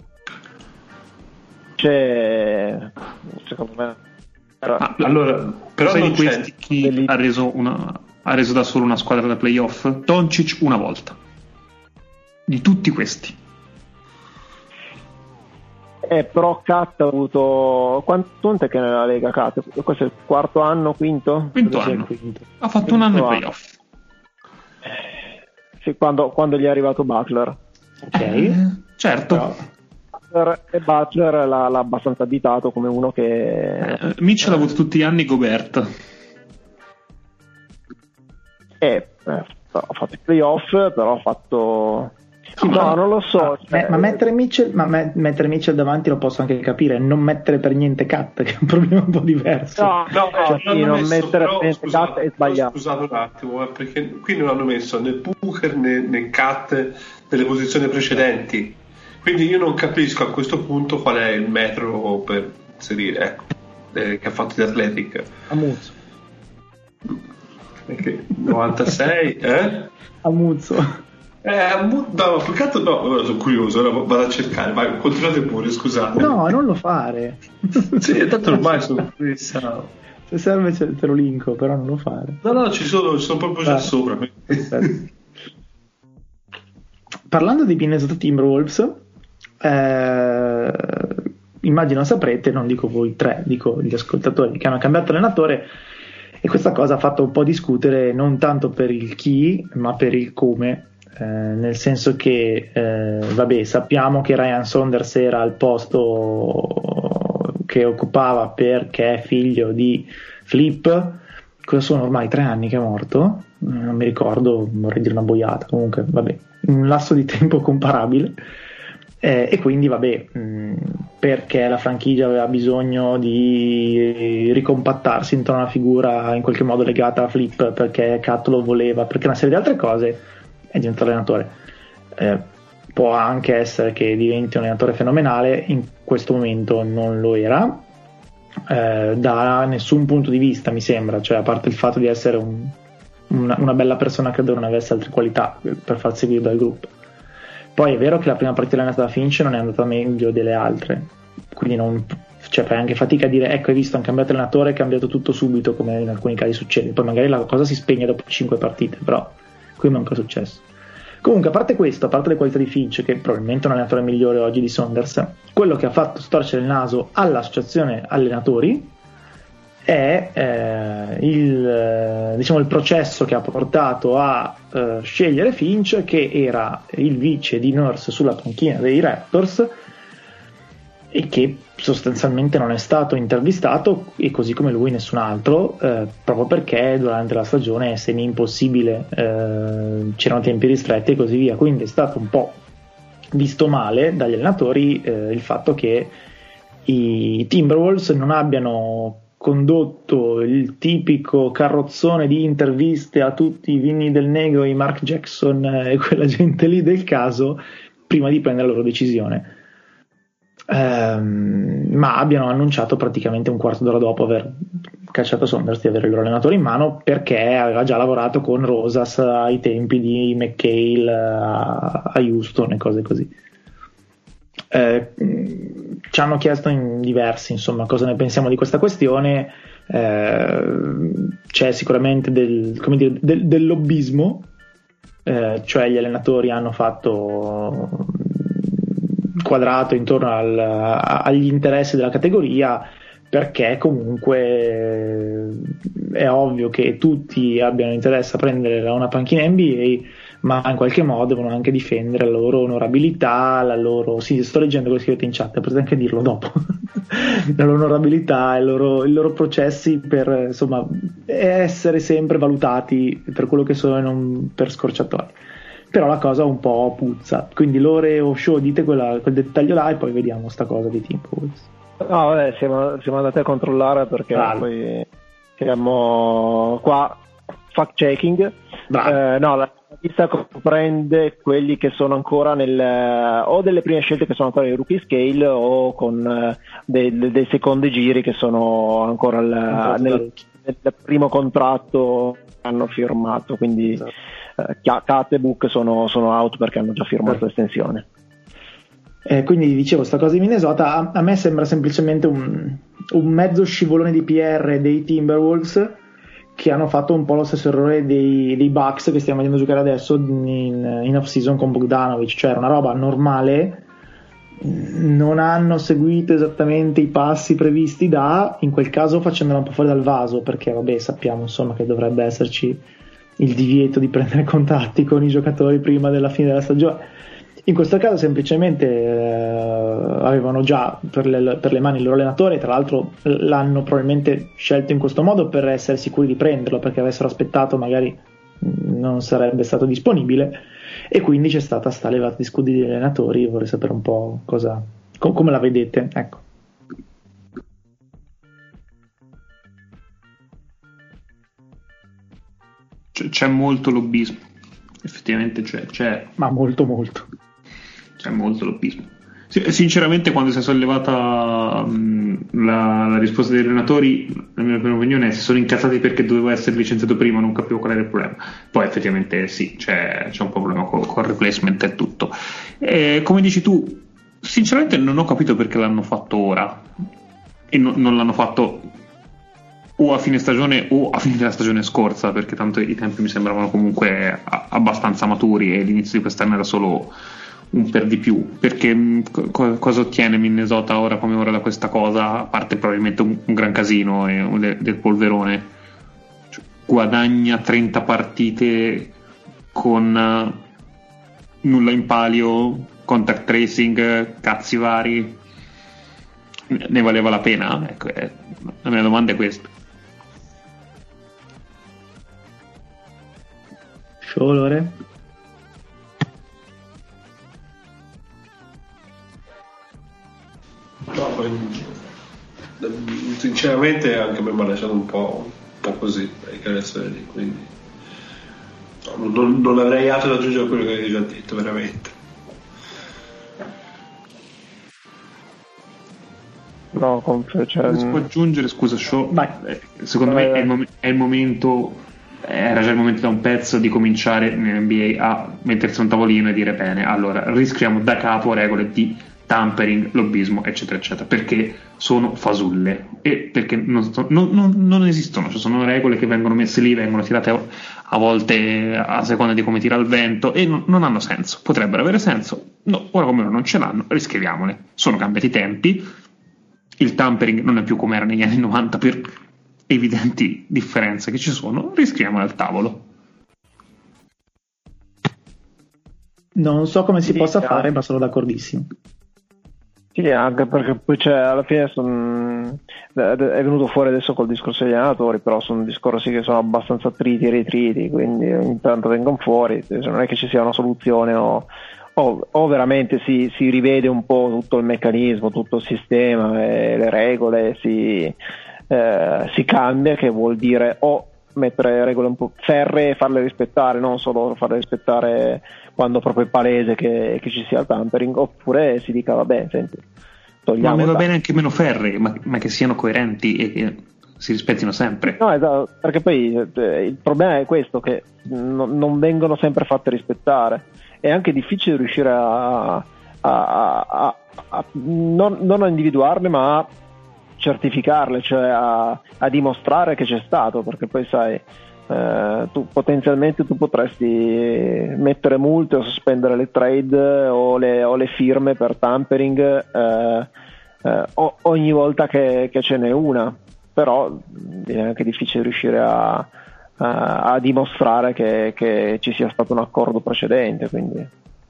cioè, secondo me allora, però sai non di questi chi ha reso da solo una squadra da playoff? Doncic una volta. Di tutti questi, però Cat ha avuto quanto è che nella Lega Cat? Questo è il quarto anno, quinto anno. Ha fatto un anno in playoff. Sì, quando gli è arrivato Butler. Ok, certo. Butler l'ha abbastanza additato come uno che Mitchell ha avuto tutti gli anni Gobert. Ha fatto i playoff, però ha fatto non lo so, ma mettere Mitchell davanti lo posso anche capire, non mettere per niente Cat, che è un problema un po' diverso. Non mettere per niente Cat è sbagliato. Scusate un attimo, perché qui non hanno messo né Booker né Cat nelle posizioni precedenti, quindi io non capisco a questo punto qual è il metro per inserire, che ha fatto di Athletic. Amuzzo. Perché 96 Amuzzo. No, più che altro no, sono curioso, ora vado a cercare, vai, continuate pure, scusate. No, non lo fare. Sì, tanto ormai sono pensato. Se serve te lo linko, però non lo fare. No, ci sono proprio già sopra. Parlando di Minnesota Timberwolves, immagino saprete, non dico voi tre, dico gli ascoltatori, che hanno cambiato allenatore, e questa cosa ha fatto un po' discutere, non tanto per il chi, ma per il come. Nel senso che sappiamo che Ryan Saunders era al posto che occupava perché è figlio di Flip. Cosa sono ormai 3 anni che è morto? Non mi ricordo, vorrei dire una boiata, comunque vabbè, un lasso di tempo comparabile, e quindi perché la franchigia aveva bisogno di ricompattarsi intorno a una figura in qualche modo legata a Flip, perché Cat lo voleva, perché una serie di altre cose, è diventato allenatore. Può anche essere che diventi un allenatore fenomenale, in questo momento non lo era, da nessun punto di vista, mi sembra, cioè a parte il fatto di essere una bella persona, credo non avesse altre qualità per farsi seguire dal gruppo. Poi è vero che la prima partita allenata da Finch non è andata meglio delle altre, quindi fai anche fatica a dire ecco, hai visto, hanno cambiato allenatore, è cambiato tutto subito, come in alcuni casi succede, poi magari la cosa si spegne dopo 5 partite, però qui non è successo. Comunque, a parte questo, a parte le qualità di Finch, che probabilmente è un allenatore migliore oggi di Saunders, quello che ha fatto storcere il naso all'associazione allenatori è il processo che ha portato a scegliere Finch, che era il vice di Nurse sulla panchina dei Raptors e che sostanzialmente non è stato intervistato, e così come lui nessun altro, proprio perché durante la stagione è semi impossibile, c'erano tempi ristretti e così via. Quindi è stato un po' visto male dagli allenatori il fatto che i Timberwolves non abbiano condotto il tipico carrozzone di interviste a tutti i Vinny Del Negro, i Mark Jackson e quella gente lì del caso prima di prendere la loro decisione. Ma abbiano annunciato praticamente un quarto d'ora dopo aver cacciato Saunders di avere il loro allenatore in mano, perché aveva già lavorato con Rosas ai tempi di McHale a Houston e cose così. Ci hanno chiesto in diversi, insomma, cosa ne pensiamo di questa questione. C'è sicuramente del lobbismo, cioè gli allenatori hanno fatto quadrato intorno agli interessi della categoria, perché comunque è ovvio che tutti abbiano interesse a prendere una panchina NBA, ma in qualche modo devono anche difendere la loro onorabilità, sì, sto leggendo quello che scrivete in chat, potete anche dirlo dopo. La loro onorabilità, i loro processi per, insomma, essere sempre valutati per quello che sono e non per scorciatoie. Però la cosa un po' puzza, quindi Lore o Show, dite quel dettaglio là e poi vediamo sta cosa di Timberwolves. No, vabbè, siamo andati a controllare perché poi siamo qua fact checking. No, la lista comprende quelli che sono ancora o delle prime scelte che sono ancora nel rookie scale o con dei secondi giri che sono ancora nel primo contratto che hanno firmato, quindi esatto. Cat e Book sono out perché hanno già firmato l'estensione. Quindi dicevo, sta cosa di Minnesota a me sembra semplicemente un mezzo scivolone di PR dei Timberwolves, che hanno fatto un po' lo stesso errore dei Bucks che stiamo vedendo giocare adesso in off season con Bogdanovic, cioè era una roba normale, non hanno seguito esattamente i passi previsti in quel caso facendola un po' fuori dal vaso, perché vabbè, sappiamo insomma che dovrebbe esserci il divieto di prendere contatti con i giocatori prima della fine della stagione. In questo caso semplicemente avevano già per le mani il loro allenatore, tra l'altro l'hanno probabilmente scelto in questo modo per essere sicuri di prenderlo, perché avessero aspettato magari non sarebbe stato disponibile, e quindi c'è stata sta levata di scudi degli allenatori. Vorrei sapere un po' come la vedete, ecco. C'è molto lobbismo, effettivamente c'è ma molto c'è molto lobbismo. Sinceramente, quando si è sollevata la risposta degli allenatori, la mia opinione è che si sono incazzati perché doveva essere licenziato prima, non capivo qual era il problema. Poi effettivamente sì, c'è un problema con il replacement e tutto. Come dici tu, sinceramente non ho capito perché l'hanno fatto ora e non l'hanno fatto o a fine stagione o a fine della stagione scorsa, perché tanto i tempi mi sembravano comunque abbastanza maturi e l'inizio di quest'anno era solo un per di più, perché cosa ottiene Minnesota ora come ora da questa cosa, a parte probabilmente un gran casino e del polverone? Cioè, guadagna 30 partite con nulla in palio, contact tracing, cazzi vari, ne valeva la pena? Ecco, la mia domanda è questa. Lore? No, sinceramente anche a me mi ha lasciato un po' così quindi non avrei altro da aggiungere a quello che hai già detto, veramente. No, si può aggiungere, scusa Show, secondo me è il momento, era già il momento da un pezzo di cominciare nell'NBA a mettersi a un tavolino e dire bene, allora riscriviamo da capo regole di tampering, lobbismo, eccetera eccetera, perché sono fasulle e perché non esistono, cioè sono regole che vengono messe lì, vengono tirate a volte a seconda di come tira il vento e non hanno senso. Potrebbero avere senso, no, ora come non ce l'hanno, riscriviamole. Sono cambiati i tempi, il tampering non è più come era negli anni 90 per evidenti differenze che ci sono, riscriviamole al tavolo. Non so come si possa fare, ma sono d'accordissimo. Sì, anche perché poi alla fine è venuto fuori adesso col discorso degli allenatori, però sono discorsi che sono abbastanza triti e ritriti, quindi ogni tanto vengono fuori, non è che ci sia una soluzione o veramente si rivede un po' tutto il meccanismo, tutto il sistema, le regole, si si cambia, che vuol dire o mettere regole un po' ferree e farle rispettare, non solo farle rispettare quando proprio è palese che ci sia il tampering, oppure si dica vabbè, senti, togliamo. Ma mi va bene anche meno ferree, ma che siano coerenti e che si rispettino sempre. No, esatto, perché poi il problema è questo, che non vengono sempre fatte rispettare. È anche difficile riuscire non a individuarle, ma a certificarle, cioè a dimostrare che c'è stato, perché poi sai, tu potenzialmente potresti mettere multe o sospendere le trade o le firme per tampering ogni volta che ce n'è una, però è anche difficile riuscire a dimostrare che ci sia stato un accordo precedente, quindi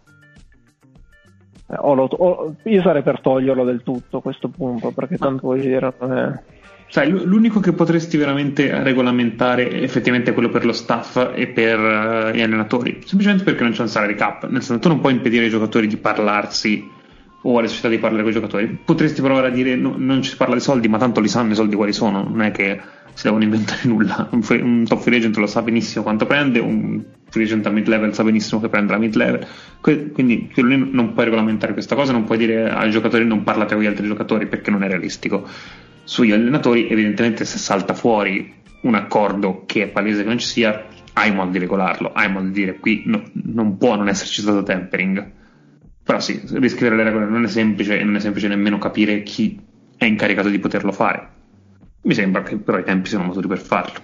io sarei per toglierlo del tutto a questo punto, perché tanto voglio dire non è... Sai, l'unico che potresti veramente regolamentare è effettivamente quello per lo staff e per gli allenatori, semplicemente perché non c'è un salary cap, nel senso tu non puoi impedire ai giocatori di parlarsi o alle società di parlare con i giocatori. Potresti provare a dire non ci si parla di soldi, ma tanto li sanno i soldi quali sono, non è che si devono inventare nulla. Un top free agent lo sa benissimo quanto prende, un free agent a mid level sa benissimo che prende la mid level, quindi non puoi regolamentare questa cosa, non puoi dire ai giocatori non parlate con gli altri giocatori, perché non è realistico. Sugli allenatori evidentemente se salta fuori un accordo che è palese che non ci sia, hai modo di regolarlo, hai modo di dire qui non può non esserci stato tempering. Però sì, riscrivere le regole non è semplice, e non è semplice nemmeno capire chi è incaricato di poterlo fare. Mi sembra che però i tempi siano maturi per farlo.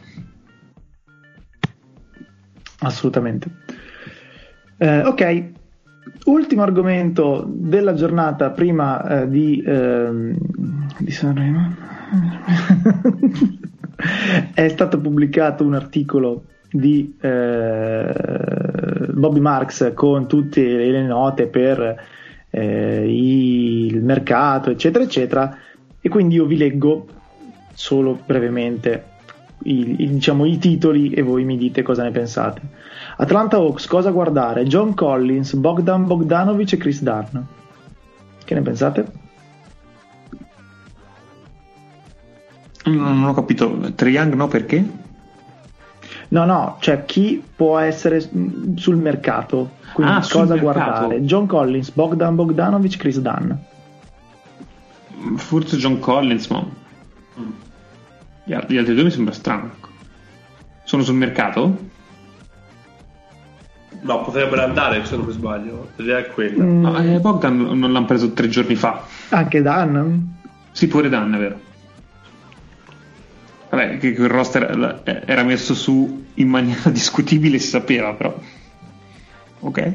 Assolutamente. Ok, ultimo argomento della giornata prima di Sanremo. È stato pubblicato un articolo di Bobby Marks con tutte le note per il mercato, eccetera eccetera, e quindi io vi leggo solo brevemente i titoli e voi mi dite cosa ne pensate. Atlanta Hawks, cosa guardare? John Collins, Bogdan Bogdanovic e Chris Dunn. Che ne pensate? Non ho capito. Trae Young no, perché? No, cioè chi può essere sul mercato, quindi cosa guardare? John Collins, Bogdan Bogdanovic, Chris Dunn. Forse John Collins, ma gli altri due mi sembra strano. Sono sul mercato? No, potrebbero andare se non mi sbaglio. L'idea è quella. Bogdan non l'hanno preso 3 giorni fa. Anche Dunn? Sì, pure Dunn, è vero. Vabbè, che quel roster era messo su in maniera discutibile, si sapeva, però. Ok.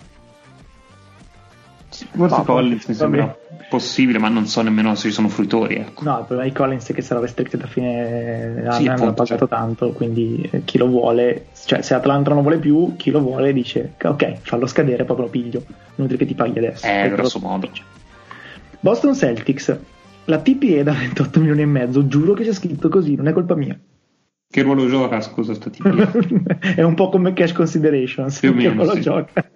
Forse Collins mi sembra possibile, ma non so nemmeno se ci sono fruitori. Ecco. No, il problema di Collins è che sarà restricted a fine anno, hanno pagato tanto, quindi chi lo vuole, cioè se Atlanta non vuole più, chi lo vuole dice ok, fallo scadere, poi lo piglio, inutile che ti paghi adesso. Grosso modo. Boston Celtics, la TPE da 28 milioni e mezzo, giuro che c'è scritto così, non è colpa mia. Che ruolo gioca, scusa, sta TPE? È un po' come cash considerations, più o meno, che ruolo sì. gioca.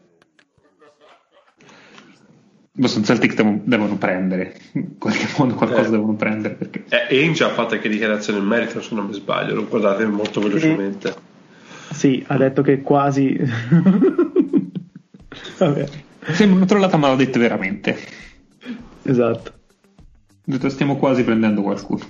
Boston Celtics devono prendere, in qualche modo qualcosa devono prendere. Perché... Ainge ha fatto anche dichiarazione in merito, se non mi sbaglio, lo guardate molto velocemente. Sì, ha detto che quasi... Vabbè. Sembra una trollata, ma l'ho detto veramente. Esatto. Ho detto stiamo quasi prendendo qualcuno.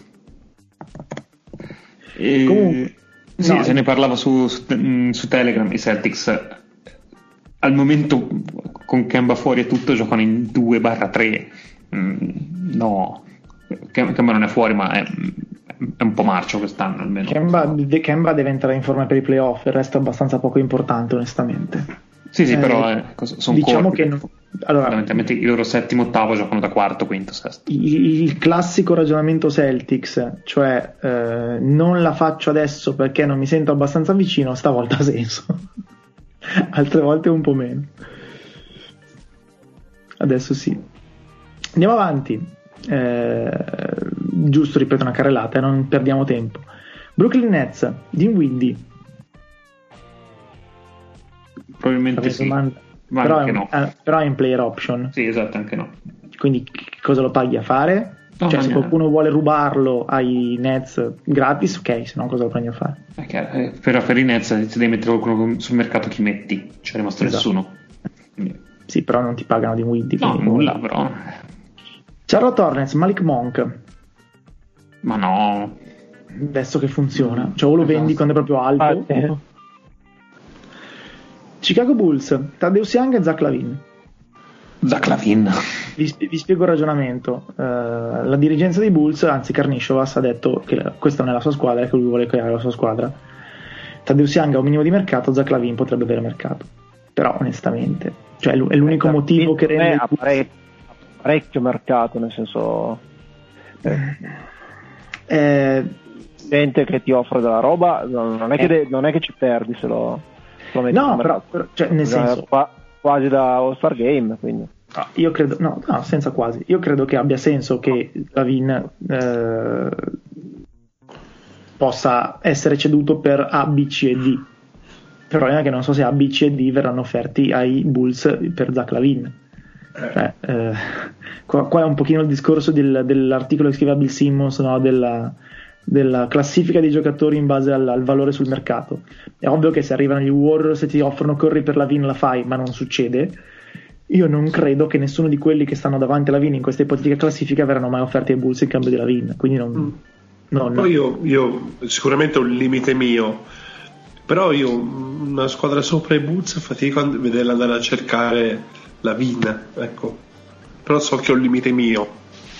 Comunque, sì, no, se ne parlava su Telegram. I Celtics al momento con Kemba fuori e tutto giocano in 2/3. No, Kemba non è fuori, ma è un po' marcio quest'anno almeno. Kemba deve entrare in forma per i playoff, il resto è abbastanza poco importante onestamente. Sì, però sono diciamo corti. Che allora, fondamentalmente il loro settimo, ottavo giocano da quarto, quinto, sesto. Il classico ragionamento Celtics, cioè non la faccio adesso perché non mi sento abbastanza vicino, stavolta ha senso. Altre volte un po' meno. Adesso sì. Andiamo avanti. Giusto, ripeto, una carrellata, non perdiamo tempo. Brooklyn Nets, Dinwiddie. Probabilmente sì, ma però anche no. Però è in player option. Sì, esatto, anche no. Quindi cosa lo paghi a fare? Cioè, se qualcuno vuole rubarlo ai Nets gratis, ok, se no cosa lo prendi a fare? Per i Nets se devi mettere qualcuno sul mercato, chi metti? C'è rimasto nessuno. Quindi... Sì, però non ti pagano di Windy. No, nulla, però. Charlotte Hornets, Malik Monk. Ma no. Adesso che funziona. Cioè, o lo vendi quando è proprio alto. Chicago Bulls, Tadeusz Young e Zach LaVine. Zach LaVine. Vi spiego il ragionamento. La dirigenza dei Bulls, anzi Karnisovas, ha detto che questa non è la sua squadra e che lui vuole creare la sua squadra. Tadeusz Young ha un minimo di mercato, Zach LaVine potrebbe avere mercato, però onestamente, cioè è l'unico motivo che rende ha parecchio mercato, nel senso gente che ti offre della roba, non è che ci perdi se lo metti. No, però cioè, nel senso quasi da All-Star Game, quindi. Io credo, no, senza quasi. Io credo che abbia senso che LaVine possa essere ceduto per A, B, C e D. Il problema è che non so se A, B, C e D verranno offerti ai Bulls per Zach LaVine. Cioè, qua è un pochino il discorso dell'articolo che scriveva Bill Simmons, no? della classifica dei giocatori in base al valore sul mercato. È ovvio che se arrivano gli Warriors e ti offrono Curry per LaVine la fai, ma non succede. Io non credo che nessuno di quelli che stanno davanti a LaVine in questa ipotetica classifica verranno mai offerti ai Bulls in cambio di LaVine, quindi Poi io sicuramente ho un limite mio, però io una squadra sopra i Bulls fatico a vederla andare a cercare LaVine, ecco. Però so che ho un limite mio.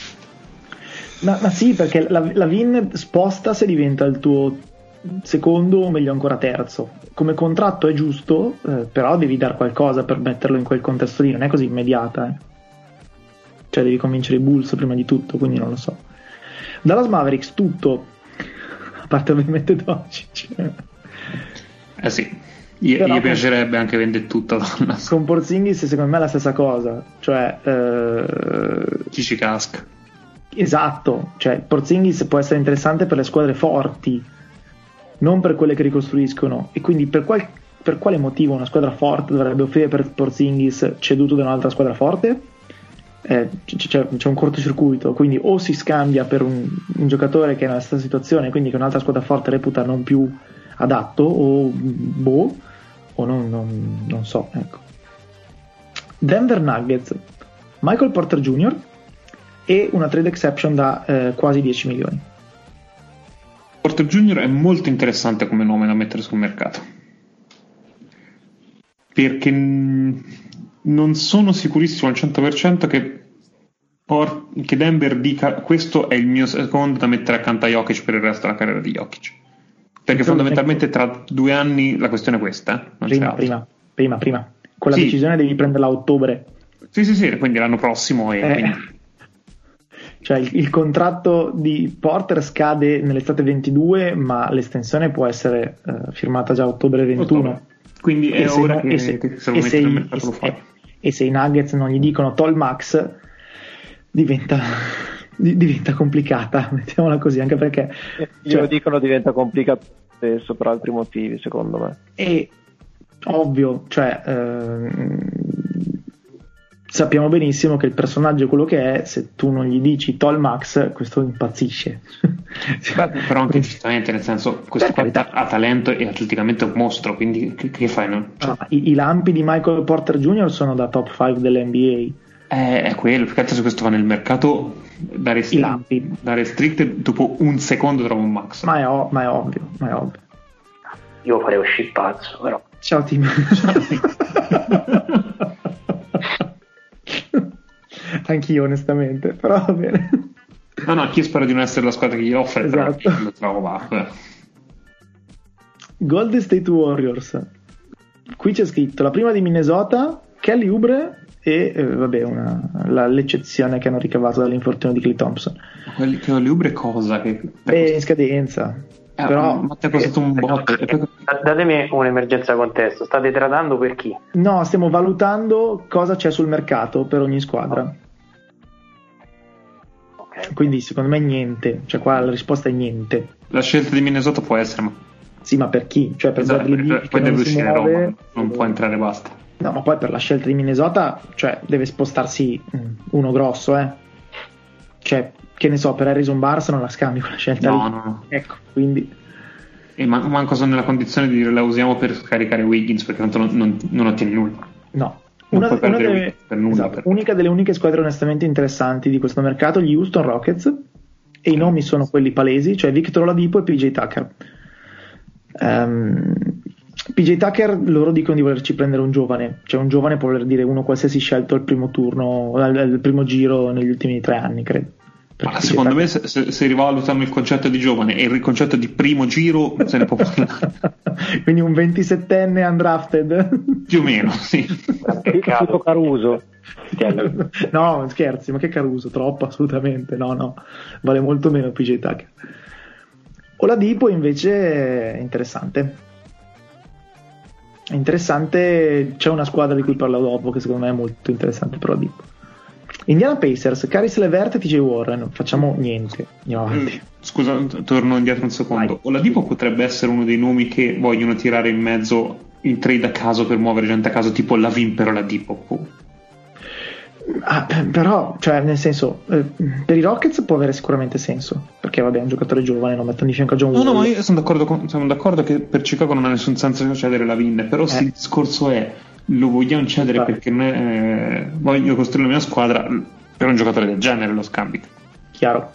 Ma sì, perché LaVine sposta se diventa il tuo secondo o meglio ancora terzo. Come contratto è giusto, però devi dar qualcosa per metterlo in quel contesto lì, non è così immediata. Cioè devi convincere i Bulls prima di tutto, quindi non lo so. Dallas Mavericks tutto, a parte ovviamente Doncic. Sì, gli piacerebbe anche vendere tutto. Con Porzingis secondo me è la stessa cosa, cioè chi ci casca. Esatto, cioè Porzingis può essere interessante per le squadre forti, non per quelle che ricostruiscono, e quindi per quale motivo una squadra forte dovrebbe offrire per Porzingis ceduto da un'altra squadra forte? C'è un cortocircuito, quindi o si scambia per un giocatore che è nella stessa situazione, quindi che un'altra squadra forte reputa non più adatto, o non so, ecco. Denver Nuggets, Michael Porter Jr. e una trade exception da quasi 10 milioni. Porter Jr. è molto interessante come nome da mettere sul mercato, perché non sono sicurissimo al 100% che Denver dica questo è il mio secondo da mettere accanto a Jokic per il resto della carriera di Jokic, perché fondamentalmente tra 2 anni la questione è questa, non prima con la decisione devi prenderla a ottobre. Sì, quindi l'anno prossimo quindi... Cioè il contratto di Porter scade nell'estate 22, ma l'estensione può essere firmata già a ottobre 21. Quindi è ora che se lo metti nel mercato lo fai. E se i Nuggets non gli dicono Tol Max diventa complicata, mettiamola così, anche perché lo dicono diventa complicato spesso per altri motivi, secondo me. È ovvio, cioè sappiamo benissimo che il personaggio è quello che è, se tu non gli dici Tol Max questo impazzisce. Però anche giustamente, nel senso, questo qua ha talento e atleticamente è un mostro, quindi che fai? No? Cioè... I lampi di Michael Porter Jr. sono da top 5 dell'NBA. È quello, perché se questo va nel mercato da restricted dopo un secondo trovo un max. Ma è ovvio. Io farei uscire pazzo, però. Ciao team. Anch'io onestamente, però va bene. No, chi spera di non essere la squadra che gli offre, esatto. Però lo trovo va. Golden State Warriors, qui c'è scritto la prima di Minnesota, Kelly Oubre e l'eccezione che hanno ricavato dall'infortunio di Klay Thompson. Kelly Oubre cosa? È in scadenza. Però ma ti ha costato un botto. Datemi un'emergenza contesto, state tradando per chi? No, stiamo valutando cosa c'è sul mercato per ogni squadra. Okay. Quindi secondo me niente, cioè qua la risposta è niente. La scelta di Minnesota può essere, ma sì, ma per chi? Cioè per Bradley Beal poi deve uscire Roma, non può entrare, basta. No, ma poi per la scelta di Minnesota, cioè deve spostarsi uno grosso, cioè che ne so, per Harrison Barnes non la scambi quella scelta. No. Ecco, quindi. E manco sono nella condizione di dire la usiamo per scaricare Wiggins, perché tanto non ottieni nulla. No. Unica delle uniche squadre onestamente interessanti di questo mercato, gli Houston Rockets, e i nomi sono quelli palesi, cioè Victor Oladipo e PJ Tucker. PJ Tucker, loro dicono di volerci prendere un giovane, cioè un giovane può voler dire uno qualsiasi scelto al primo turno, al primo giro negli ultimi 3 anni, credo. Ma secondo me se rivalutano il concetto di giovane e il concetto di primo giro se ne può parlare. Quindi un 27enne undrafted? Più o meno, sì. Tipo Caruso. No, scherzi, ma che Caruso? Troppo, assolutamente. No, vale molto meno PJ Tucker. Oladipo invece è interessante. C'è una squadra di cui parlo dopo che secondo me è molto interessante per Oladipo. Indiana Pacers, Caris LeVert e TJ Warren, facciamo niente, andiamo avanti. Scusa, torno indietro un secondo. Vai. Oladipo potrebbe essere uno dei nomi che vogliono tirare in mezzo in trade a caso per muovere gente a caso, tipo Lavin per Oladipo. Però, cioè, nel senso, per i Rockets può avere sicuramente senso, perché vabbè, è un giocatore giovane, lo mettono di fianco a John Wall. No, ma io sono d'accordo che per Chicago non ha nessun senso cedere Lavin, però se il discorso è lo vogliamo cedere perché voglio costruire la mia squadra, per un giocatore del genere lo scambi. Chiaro.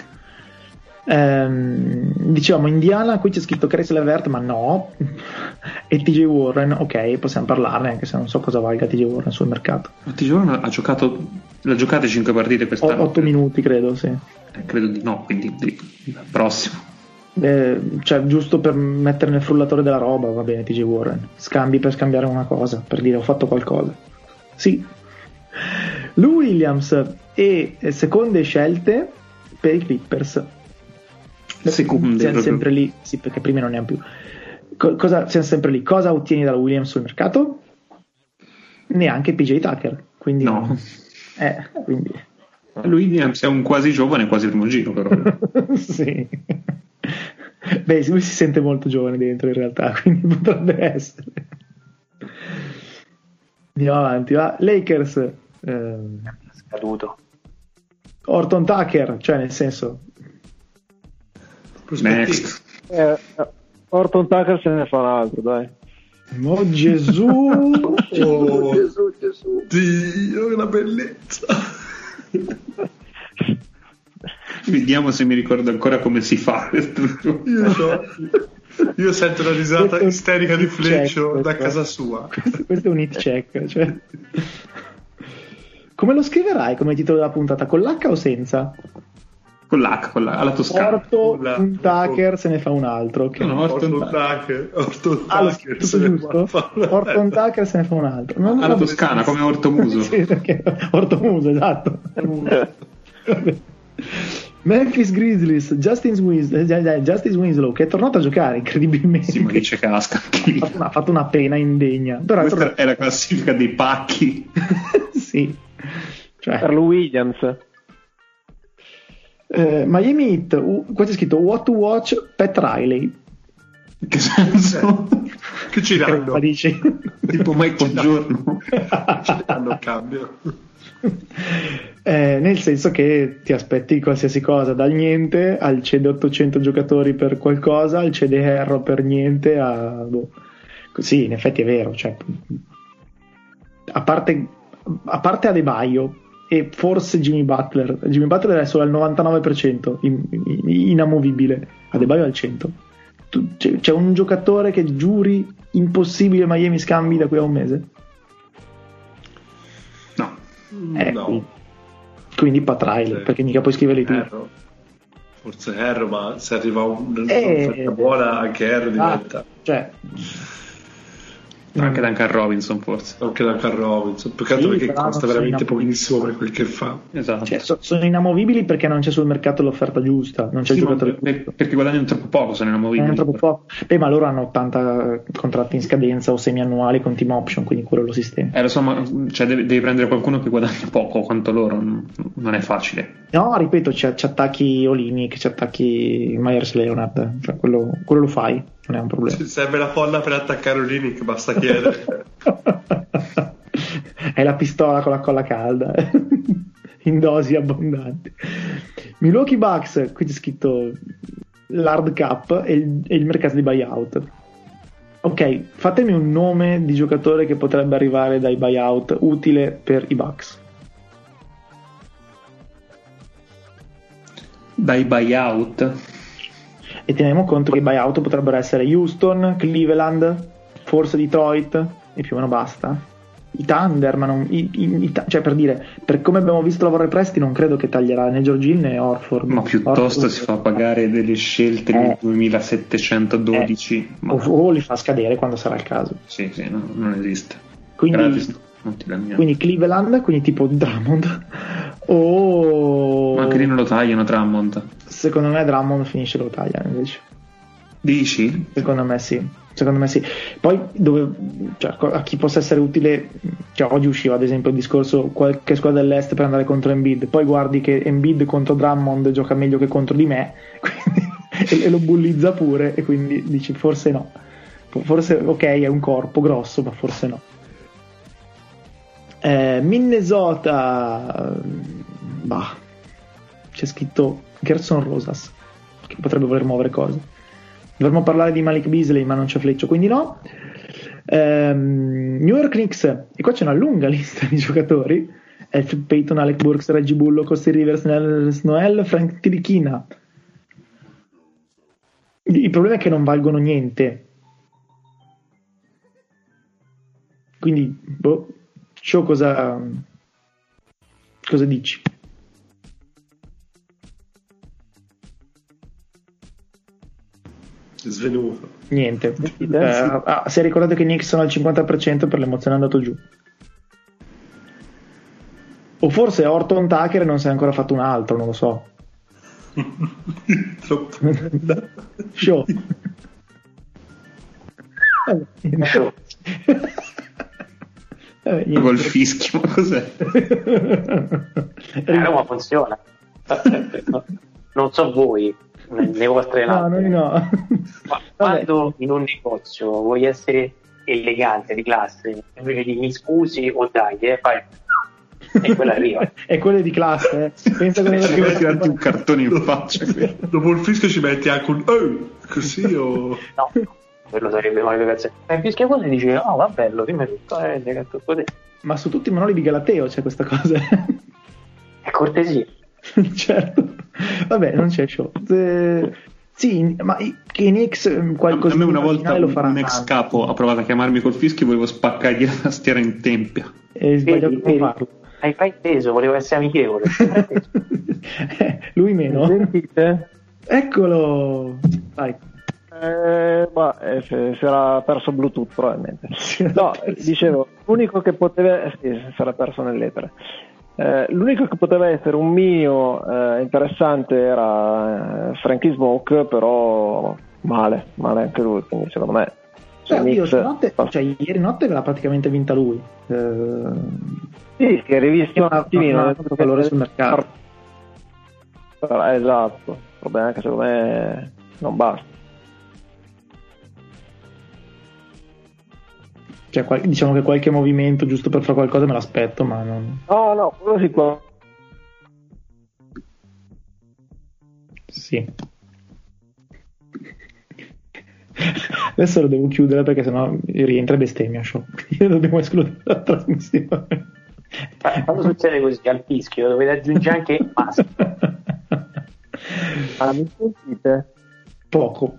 Dicevamo Indiana, qui c'è scritto Caris LeVert, ma no. E TJ Warren, ok, possiamo parlarne, anche se non so cosa valga TJ Warren sul mercato. TJ Warren l'ha giocate 5 partite quest'anno. 8 minuti credo, sì. Credo di no, quindi prossimo. Cioè, giusto per mettere nel frullatore della roba, va bene TJ Warren. Scambi per scambiare una cosa, per dire ho fatto qualcosa. Sì. Lou Williams e seconde scelte per i Clippers. Siamo sempre lì, sì, perché prima non ne hanno più. Siamo sempre lì. Cosa ottieni dalla Williams sul mercato? Neanche PJ Tucker. Quindi no. Quindi. Lui è un quasi giovane, quasi primo giro, però. Sì. Beh, lui si sente molto giovane dentro in realtà, quindi potrebbe essere. Andiamo avanti, va. Lakers. Scaduto. Orton Tucker, cioè nel senso. Next. Orton Tucker se ne fa un altro, dai. Oh Gesù! Gesù! Dio, che una bellezza! Vediamo se mi ricordo ancora come si fa. Io sento una risata isterica di Fleccio da casa sua. Questo è un hit check, cioè. Come lo scriverai come titolo della puntata? Con l'H o senza? Con l'H, alla toscana. Orton Tucker se ne fa un altro. Okay. No, Orton Tucker giusto? Orton Tucker se ne fa un altro. Alla toscana, come Ortomuso. Sì, Ortomuso, esatto. Memphis Grizzlies, Justice Winslow, che è tornato a giocare incredibilmente. Sì, ma dice casca. Ha fatto una pena indegna. Però questa è la classifica dei pacchi. Sì. Cioè. Per Lou Williams. Miami Heat, questo è scritto What to Watch, Pat Riley. Che senso? Che ci danno? Dici? Tipo Michael Giorno. Ci danno il cambio. Nel senso che ti aspetti qualsiasi cosa, dal niente al cede 800 giocatori per qualcosa, al cede Herro per niente, sì, in effetti è vero, cioè, a parte Adebayo e forse Jimmy Butler è solo al 99% inamovibile, Adebayo al 100%. C'è un giocatore che giuri impossibile Miami scambi da qui a un mese? No. Quindi Pat Riley, perché mica puoi scriverli tu. Forse Herro, ma se arriva un'offerta buona anche Herro diventa. Cioè, anche Duncan Robinson forse. Anche Duncan Robinson, peccato perché costa veramente pochissimo per quel che fa. Esatto. Cioè, sono inamovibili perché non c'è sul mercato l'offerta giusta, non c'è il giocatore perché guadagnano troppo poco, sono inamovibili. Troppo poco. Ma loro hanno 80 contratti in scadenza o semiannuali con team option, quindi quello lo sistema. Lo so, ma cioè, devi prendere qualcuno che guadagna poco quanto loro, non è facile. No, ripeto, ci attacchi Olinick, ci attacchi Myers Leonard, cioè quello lo fai, non è un problema. Se serve la folla per attaccare Olinick, basta chiedere. È la pistola con la colla calda in dosi abbondanti. Milwaukee Bucks, qui c'è scritto l'hard cap e il mercato di buyout. Ok, fatemi un nome di giocatore che potrebbe arrivare dai buyout utile per i Bucks. Dai buyout? E teniamo conto che i buyout potrebbero essere Houston, Cleveland, forse Detroit e più o meno basta. I Thunder, ma non cioè, per dire, per come abbiamo visto lavorare Presti, non credo che taglierà né George Hill né Orford. Ma piuttosto si fa pagare delle scelte nel 2712 o li fa scadere quando sarà il caso. Sì, no, non esiste. Quindi, gratis, non ti dà niente. Quindi Cleveland, quindi tipo Drummond o... Ma anche lì non lo tagliano Drummond. Secondo me Drummond finisce lo tagliano invece. Dici? Secondo me sì. Poi a chi possa essere utile, cioè oggi usciva ad esempio il discorso qualche squadra dell'est per andare contro Embiid, poi guardi che Embiid contro Drummond gioca meglio che contro di me, quindi, e lo bullizza pure, e quindi dici forse no, forse ok è un corpo grosso ma forse no. Minnesota, c'è scritto Gerson Rosas che potrebbe voler muovere cose. Dovremmo parlare di Malik Beasley, ma non c'è Fleccio, quindi no. New York Knicks, e qua c'è una lunga lista di giocatori: Elfrid Payton, Alec Burks, Reggie Bullock, Austin Rivers, Nerlens Noel, Frank Tirichina. Il problema è che non valgono niente. Quindi, Show, cosa dici? Svenuto. Niente. Se ricordate che i Knicks sono al 50%, per l'emozione è andato giù. O forse Horton Tucker non si è ancora fatto un altro, non lo so. Show. Col fischio, ma cos'è? Roma funziona. Non so voi, nei vostri noi no. Ma quando in un negozio vuoi essere elegante, di classe, invece di mi scusi o dai, fai e quello arriva. E quello è di classe, pensa che devo tirarti un cartone in faccia. Dopo il fischio ci metti anche un così o no, quello sarebbe male cazzo. Il fischio così dice va bello, dimmi tutto, così. Ma su tutti i monoli di Galateo c'è questa cosa. È cortesia. Certo. Vabbè, non c'è show. Sì, ma che i Knicks qualcosa. A me una volta lo farà un ex capo ha provato a chiamarmi col fischio, volevo spaccargli la tastiera in tempia. È sbagliato a farlo. Hai frainteso, volevo essere amichevole. Lui meno. Sentite? Eccolo. Vai. Si era perso Bluetooth probabilmente. No, dicevo, l'unico che poteva si era perso nell'etere. L'unico che poteva essere un minimo interessante era Frankie Smoke, però male anche lui, quindi secondo me ieri notte ve l'ha praticamente vinta lui. Sì, si è rivisto un attimino il valore sul mercato. Esatto, il problema è che secondo me non basta. Cioè, diciamo che qualche movimento giusto per fare qualcosa me l'aspetto, ma non. No, quello sicuro. Sì. Adesso lo devo chiudere perché sennò rientra bestemmia. Io dobbiamo escludere la trasmissione. Quando succede così al fischio dovete aggiungere anche maschio. Ma mi sentite? Poco.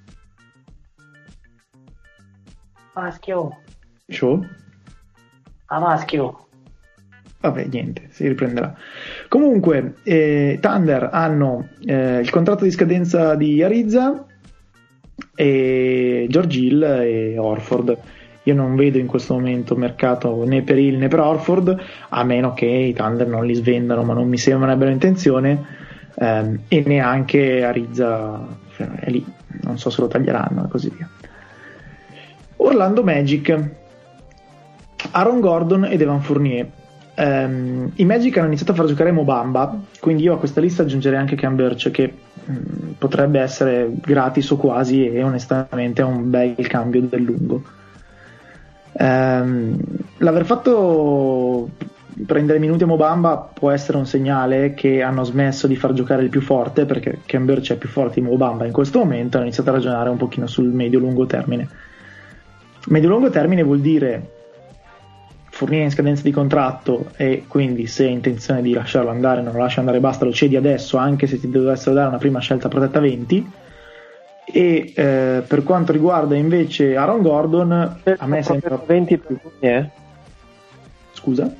Maschio. Show? Maschio. Vabbè, niente, si riprenderà. Comunque, Thunder hanno il contratto di scadenza di Ariza e George Hill e Horford. Io non vedo in questo momento mercato né per Hill né per Horford, a meno che i Thunder non li svendano, ma non mi sembra abbiano intenzione, e neanche Ariza è lì, non so se lo taglieranno e così via. Orlando Magic, Aaron Gordon ed Evan Fournier. I Magic hanno iniziato a far giocare Mo Bamba, quindi io a questa lista aggiungerei anche Cam Birch, che potrebbe essere gratis o quasi, e onestamente è un bel cambio del lungo. L'aver fatto prendere minuti a Mo Bamba può essere un segnale che hanno smesso di far giocare il più forte, perché Cambridge è più forte di Mo Bamba in questo momento. Hanno iniziato a ragionare un pochino sul medio-lungo termine. Medio-lungo termine vuol dire Fournier in scadenza di contratto, e quindi se hai intenzione di lasciarlo andare non lo lasci andare, basta, lo cedi adesso, anche se ti dovessero dare una prima scelta protetta 20. E per quanto riguarda invece Aaron Gordon, a me sembra 20 per Fournier. Scusa?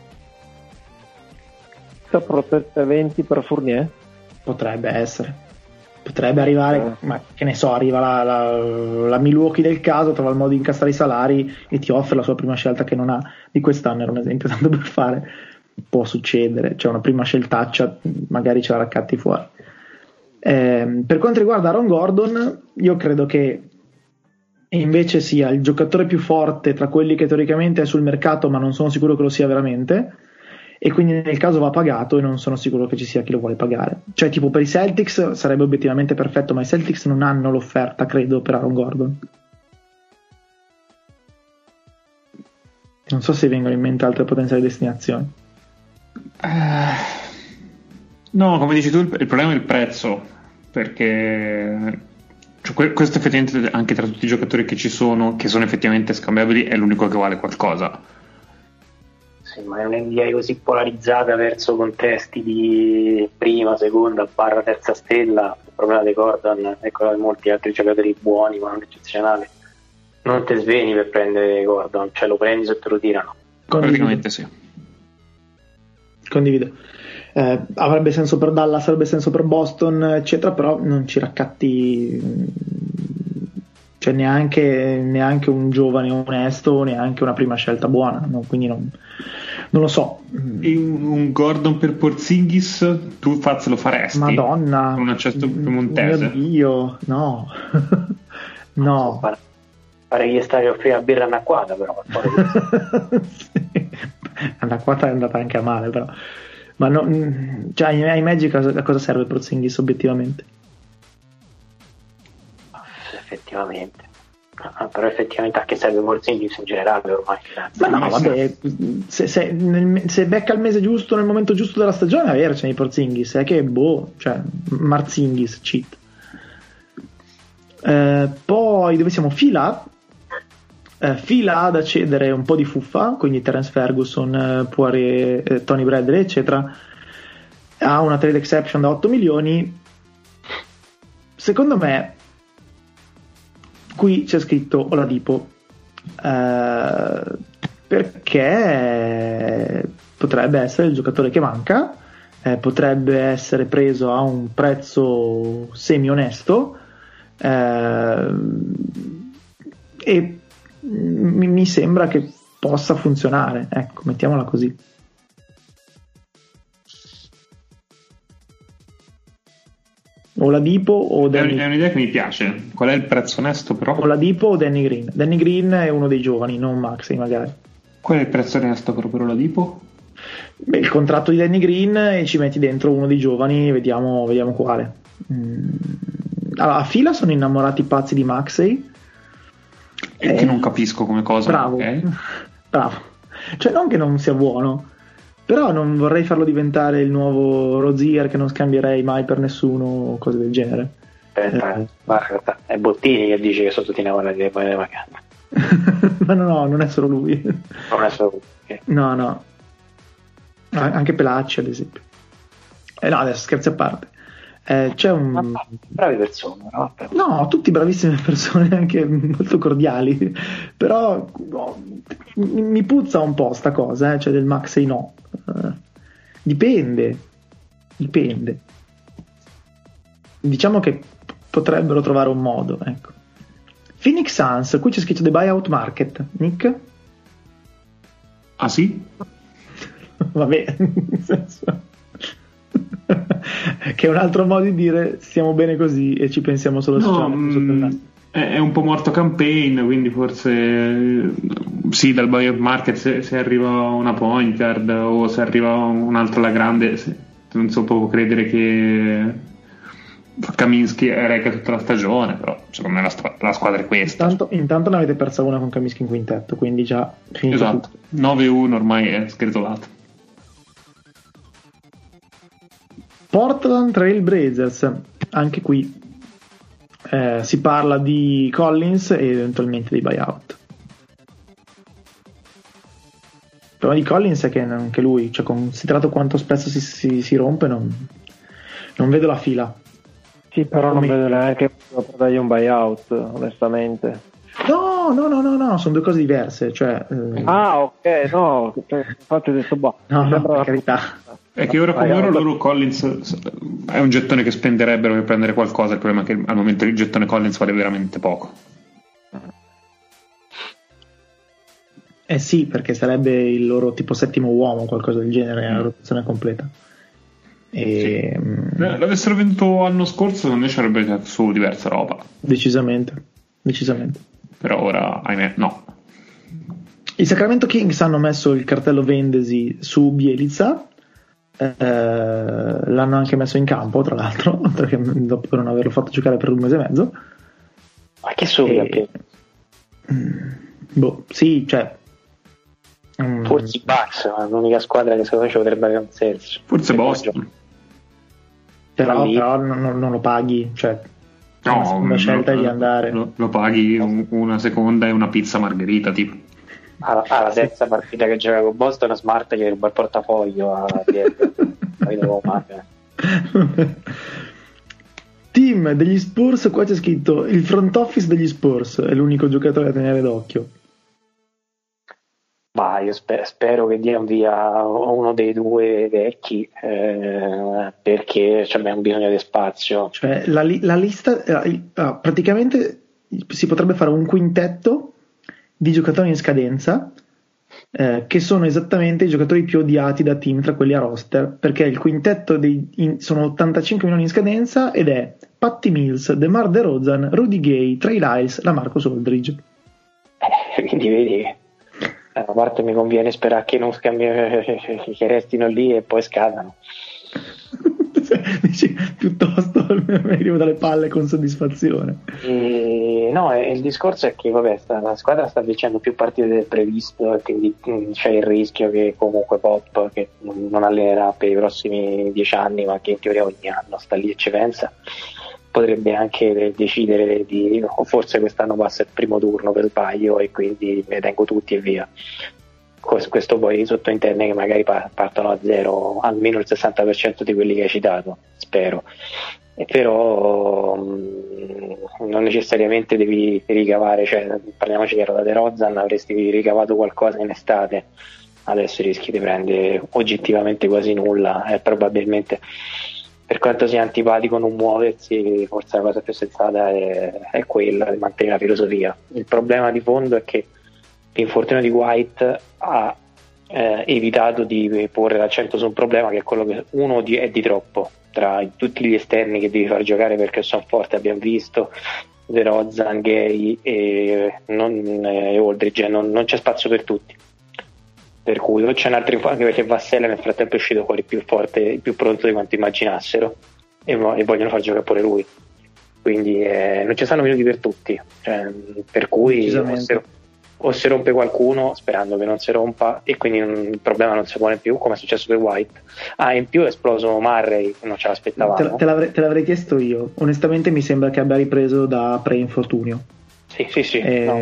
Protette 20 per Fournier? Potrebbe arrivare, ma che ne so, arriva la Milwaukee del caso, trova il modo di incastrare i salari e ti offre la sua prima scelta che non ha di quest'anno. Era un esempio tanto per fare, può succedere, c'è una prima sceltaccia, magari ce la raccatti fuori. Per quanto riguarda Aaron Gordon, io credo che invece sia il giocatore più forte tra quelli che teoricamente è sul mercato, ma non sono sicuro che lo sia veramente, e quindi nel caso va pagato, e non sono sicuro che ci sia chi lo vuole pagare. Cioè, tipo, per i Celtics sarebbe obiettivamente perfetto, ma i Celtics non hanno l'offerta, credo, per Aaron Gordon. Non so se vengono in mente altre potenziali destinazioni. No, come dici tu, il problema è il prezzo, perché questo effettivamente, anche tra tutti i giocatori che ci sono, che sono effettivamente scambiabili, è l'unico che vale qualcosa. Sì, ma è un'NBA così polarizzata verso contesti di prima, seconda, barra terza stella. Il problema di Gordon è quello di molti altri giocatori buoni, ma non eccezionali. Non te sveni per prendere Gordon, cioè lo prendi se te lo tirano. Praticamente sì. Condivido. Avrebbe senso per Dallas, avrebbe senso per Boston, eccetera, però non ci raccatti, cioè neanche un giovane onesto, neanche una prima scelta buona, no? Quindi non lo so. Un Gordon per Porzingis tu lo faresti? Madonna, con un accesso piemontese? Mio Dio, no. No, pare che stai a offrire a birra anacquata, però sì. Anacquata è andata anche a male, però. Ma no, cioè, ai Magic a cosa serve Porzingis obiettivamente? Effettivamente. Però effettivamente a che serve Porzingis in generale ormai? Ma no, vabbè, se becca il mese giusto nel momento giusto della stagione, avercene i Porzingis, è che cioè Marzingis, cheat. Poi dove siamo? Fila ha da cedere un po' di fuffa, quindi Terence Ferguson, Poirier, Tony Bradley, eccetera. Ha una trade exception da 8 milioni. Secondo me qui c'è scritto Oladipo, perché potrebbe essere il giocatore che manca, potrebbe essere preso a un prezzo semi onesto, e mi sembra che possa funzionare, ecco, mettiamola così. Oladipo o Danny... È un'idea che mi piace. Qual è il prezzo onesto, però? Oladipo o Danny Green? Danny Green è uno dei giovani, non Maxey magari. Qual è il prezzo onesto però per Oladipo? Beh, il contratto di Danny Green, e ci metti dentro uno dei giovani, vediamo quale. Allora, a fila sono innamorati pazzi di Maxey, che non capisco come cosa. Bravo, okay. Bravo. Cioè, non che non sia buono, però non vorrei farlo diventare il nuovo Rozier che non scambierei mai per nessuno o cose del genere. Guarda, è Bottini che dice che sono tutti innamorati delle vacanze. Ma no, non è solo lui. Non è solo lui. Okay. No. Anche Pelacci, ad esempio. No, adesso scherzi a parte. C'è un... Bravi persone, no? No, tutti bravissime persone, anche molto cordiali, però mi puzza un po' sta cosa, cioè del Maxey no. Dipende. Diciamo che potrebbero trovare un modo, ecco. Phoenix Suns, qui c'è scritto The Buyout Market, Nick? Ah sì? Vabbè, nel senso... che è un altro modo di dire stiamo bene così e ci pensiamo solo è un po' morto campaign, quindi forse sì, dal buyout market se arriva una point guard o se arriva un altro alla grande, non so proprio credere che Kaminsky reca tutta la stagione, però secondo me la squadra è questa. Intanto ne avete persa una con Kaminsky in quintetto, quindi già finito esatto, 9-1 ormai è sgretolato. Portland Trail Blazers, anche qui si parla di Collins e eventualmente di buyout. Il problema di Collins è che anche lui, cioè, considerato quanto spesso si rompe, non vedo la fila. Sì, però non vedo neanche per dargli un buyout, onestamente. No, sono due cose diverse. Cioè, ok, no, infatti ho detto no, per carità. È che ora come ora loro Collins è un gettone che spenderebbero per prendere qualcosa, il problema è che al momento il gettone Collins vale veramente poco. Sì, perché sarebbe il loro tipo settimo uomo o qualcosa del genere, la rotazione completa. Sì. L'avessero venduto l'anno scorso, secondo me ci avrebbe tirato su diversa roba. Decisamente. Però ora, ahimè, no. I Sacramento Kings hanno messo il cartello vendesi su Bjelica, l'hanno anche messo in campo, tra l'altro, perché dopo non averlo fatto giocare per 1 mese e mezzo. Ma che subito? Sì, cioè forse i Bucks, l'unica squadra che secondo me ci potrebbe avere un senso. Forse Boston. Però non lo paghi, cioè una scelta di andare. Lo paghi una seconda e una pizza margherita, tipo. La terza partita che gioca con Boston, Smart gli ruba il portafoglio a Team degli Spurs, qua c'è scritto il front office degli Spurs è l'unico giocatore da tenere d'occhio. Ma io spero che dia un via uno dei due vecchi, perché abbiamo bisogno di spazio. Cioè la lista praticamente si potrebbe fare un quintetto di giocatori in scadenza, che sono esattamente i giocatori più odiati da team tra quelli a roster, perché il quintetto sono 85 milioni in scadenza ed è Patty Mills, DeMar DeRozan, Rudy Gay, Trey Lyles, LaMarcus Aldridge. Quindi vedi, a parte mi conviene sperare che non che restino lì e poi scadano. Dici, piuttosto mi arrivo dalle palle con soddisfazione. Il discorso è che la squadra sta vincendo più partite del previsto e quindi c'è il rischio che comunque Pop, che non allenerà per i prossimi 10 anni ma che in teoria ogni anno sta lì e ci pensa, potrebbe anche decidere o forse quest'anno passa il primo turno per sbaglio e quindi me ne tengo tutti e via. Questo poi sottintende che magari partono a zero almeno il 60% di quelli che hai citato, spero. Però non necessariamente devi ricavare, cioè parliamoci chiaro, da DeRozan avresti ricavato qualcosa in estate, adesso rischi di prendere oggettivamente quasi nulla e probabilmente, per quanto sia antipatico non muoversi, forse la cosa più sensata è quella di mantenere la filosofia. Il problema di fondo è che l'infortunio di White ha evitato di porre l'accento su un problema che è quello che è di troppo tra tutti gli esterni che devi far giocare perché sono forti, abbiamo visto DeRozan, Gay e Aldridge, non c'è spazio per tutti, per cui o c'è un altro anche perché Vassella nel frattempo è uscito fuori più forte, più pronto di quanto immaginassero e vogliono far giocare pure lui, quindi non ci stanno minuti per tutti, per cui o si rompe qualcuno sperando che non si rompa e quindi il problema non si pone più come è successo per White. In più è esploso Murray, non ce l'aspettavamo. Te l'avrei chiesto io, onestamente mi sembra che abbia ripreso da pre-infortunio. Sì.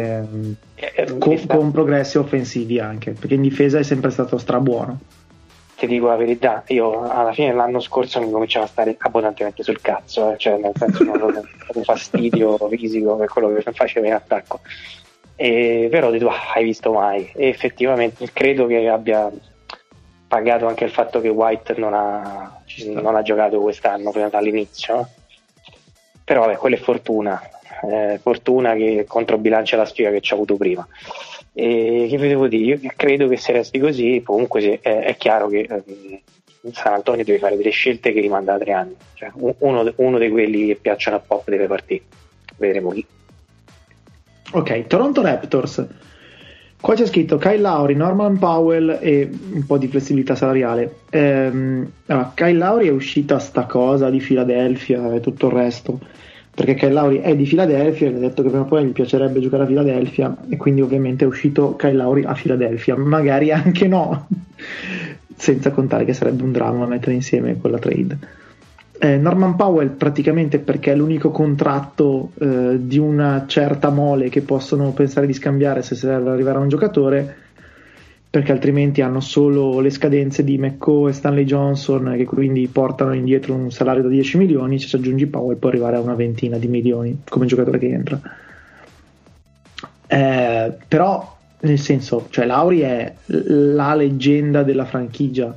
Con progressi offensivi anche, perché in difesa è sempre stato strabuono. Ti dico la verità, io alla fine dell'anno scorso mi cominciavo a stare abbondantemente sul cazzo, cioè nel senso un fastidio fisico per quello che faceva in attacco. Però ho detto hai visto mai, e effettivamente credo che abbia pagato anche il fatto che White non ha giocato quest'anno dall'inizio, però quella è fortuna che controbilancia la sfiga che ci ho avuto prima. E che vi devo dire, io credo che se resti così comunque è chiaro che San Antonio deve fare delle scelte che rimanda da 3 anni, cioè uno di quelli che piacciono a Pop deve partire, vedremo chi. Ok, Toronto Raptors. Qua c'è scritto Kyle Lowry, Norman Powell e un po' di flessibilità salariale. Kyle Lowry è uscita sta cosa di Philadelphia e tutto il resto, perché Kyle Lowry è di Philadelphia e ha detto che prima o poi gli piacerebbe giocare a Philadelphia e quindi ovviamente è uscito Kyle Lowry a Philadelphia, magari anche no, senza contare che sarebbe un dramma mettere insieme quella trade. Norman Powell praticamente perché è l'unico contratto di una certa mole che possono pensare di scambiare se arriverà un giocatore, perché altrimenti hanno solo le scadenze di McCoy e Stanley Johnson, che quindi portano indietro un salario da 10 milioni. Se ci aggiungi Powell può arrivare a una ventina di milioni come giocatore che entra. Però nel senso, cioè Lauri è la leggenda della franchigia.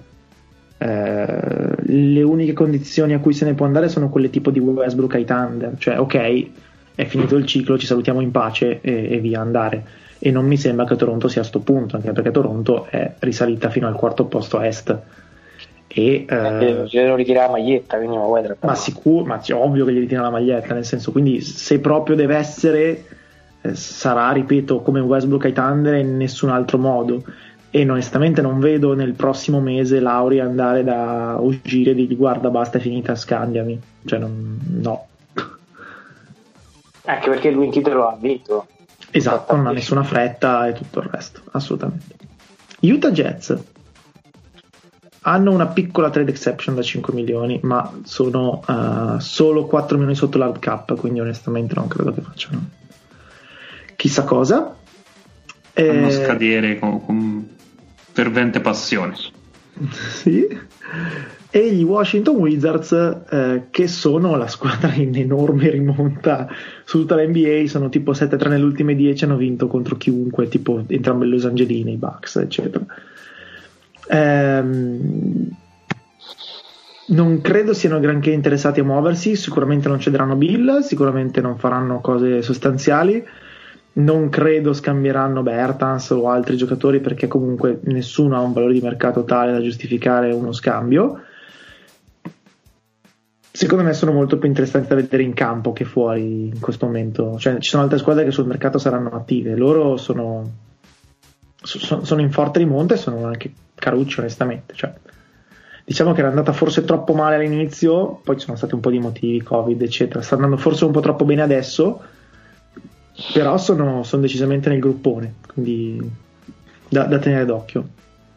Le uniche condizioni a cui se ne può andare sono quelle tipo di Westbrook ai Thunder, cioè ok, è finito il ciclo, ci salutiamo in pace e via andare. E non mi sembra che Toronto sia a sto punto, anche perché Toronto è risalita fino al quarto posto a est e devono ritirare la maglietta, quindi ma sicuro, ma è ovvio che gli ritira la maglietta, nel senso, quindi se proprio deve essere sarà, ripeto, come Westbrook ai Thunder e in nessun altro modo. E onestamente non vedo nel prossimo mese Lauri andare da uscire e dirgli guarda basta, è finita, scambiami, cioè no, anche perché lui in titolo ha vinto. Esatto, non ha nessuna fretta e tutto il resto, assolutamente. Utah Jazz hanno una piccola trade exception da 5 milioni, ma sono solo 4 milioni sotto l'hard cap, quindi onestamente non credo che facciano chissà cosa. Fanno scadere con fervente passione. Sì. E gli Washington Wizards, che sono la squadra in enorme rimonta su tutta la NBA, sono tipo 7-3 nelle ultime 10, hanno vinto contro chiunque, tipo entrambi i Los Angelini, i Bucks, eccetera. Non credo siano granché interessati a muoversi, sicuramente non cederanno Bill, sicuramente non faranno cose sostanziali, non credo scambieranno Bertans o altri giocatori, perché comunque nessuno ha un valore di mercato tale da giustificare uno scambio. Secondo me sono molto più interessanti da vedere in campo che fuori in questo momento, cioè ci sono altre squadre che sul mercato saranno attive, loro sono in forte rimonta e sono anche carucci onestamente, cioè, diciamo che era andata forse troppo male all'inizio, poi ci sono stati un po' di motivi, Covid eccetera, sta andando forse un po' troppo bene adesso, però sono decisamente nel gruppone, quindi da tenere d'occhio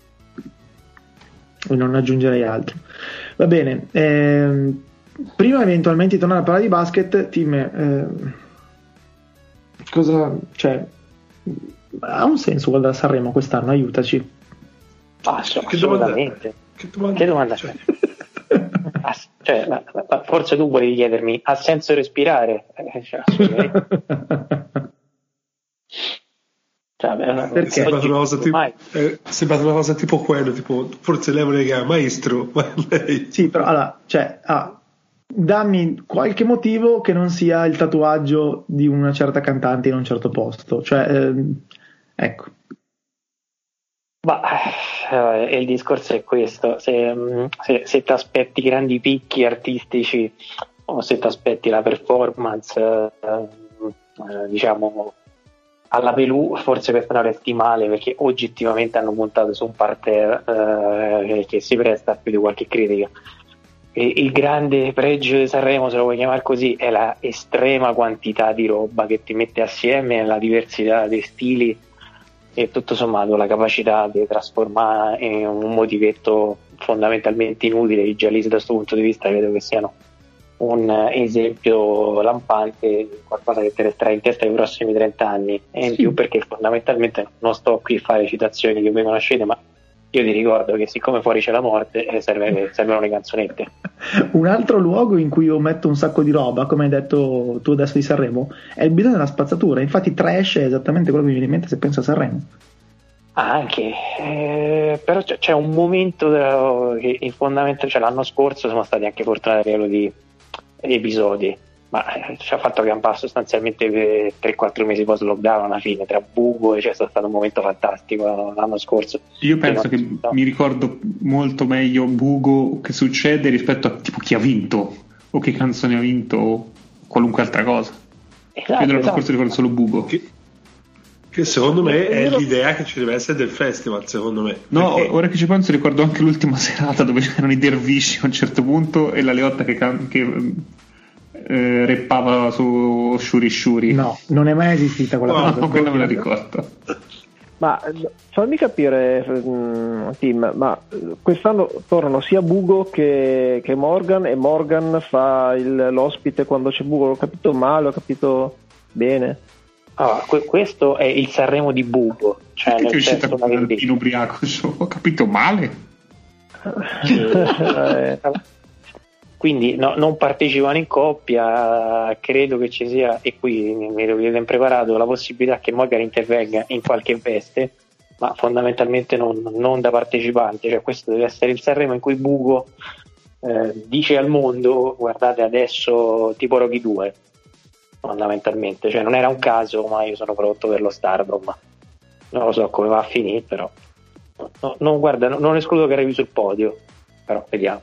e non aggiungerei altro. Va bene, prima eventualmente di tornare a parlare di basket, Tim, cosa, cioè, ha un senso guardare Sanremo quest'anno? Aiutaci. Assolutamente. Che domanda c'è? Cioè, forse tu volevi chiedermi, ha senso respirare? Assolutamente. Perché? Sembra una cosa tipo quello, tipo forse lei vuole chiamare maestro, ma lei... Sì, però allora, cioè, dammi qualche motivo che non sia il tatuaggio di una certa cantante in un certo posto, cioè ecco. E il discorso è questo: se ti aspetti grandi picchi artistici o se ti aspetti la performance diciamo alla Pelù, forse quest'anno resti male, perché oggettivamente hanno montato su un parterre che si presta a più di qualche critica. E il grande pregio di Sanremo, se lo vuoi chiamare così, è la estrema quantità di roba che ti mette assieme, la diversità dei stili e tutto sommato la capacità di trasformare in un motivetto fondamentalmente inutile. I Giallis da questo punto di vista credo che siano un esempio lampante, qualcosa che te resterà in testa nei prossimi 30 anni, e in più perché fondamentalmente non sto qui a fare citazioni che voi conoscete, ma io ti ricordo che siccome fuori c'è la morte servono le canzonette. Un altro luogo in cui io metto un sacco di roba, come hai detto tu adesso di Sanremo, è il bisogno della spazzatura. Infatti trash è esattamente quello che mi viene in mente se penso a Sanremo. Anche però c'è un momento che fondamentalmente, cioè l'anno scorso siamo stati anche fortunati a livello di episodi, ma ci ha fatto campare sostanzialmente 3-4 mesi post lockdown alla fine, tra buco, e c'è stato un momento fantastico l'anno scorso. Io penso che mi ricordo molto meglio Bugo che succede rispetto a tipo chi ha vinto o che canzone ha vinto o qualunque altra cosa. Esatto, l'anno scorso ricordo solo Bugo, che secondo me è l'idea che ci deve essere del festival, secondo me. No, perché... ora che ci penso ricordo anche l'ultima serata dove c'erano i dervisci a un certo punto e la Leotta che reppava su Shuri Shuri. No, non è mai esistita quella cosa. No, quella me la ricordo. Ma fammi capire, Tim, ma quest'anno tornano sia Bugo che Morgan, e Morgan fa l'ospite quando c'è Bugo. L'ho capito male, ho capito bene? Questo è il Sanremo di Bugo, cioè nel senso in ubriaco, ho capito male. Quindi non partecipano in coppia. Credo che ci sia, e qui mi devo dire impreparato, la possibilità che Morgan intervenga in qualche veste, ma fondamentalmente non da partecipante. Cioè, questo deve essere il Sanremo in cui Bugo dice al mondo: guardate adesso, tipo Rocky 2, fondamentalmente. Cioè, non era un caso, ma io sono pronto per lo Stardom. Non lo so come va a finire, però non escludo che arrivi sul podio, però vediamo.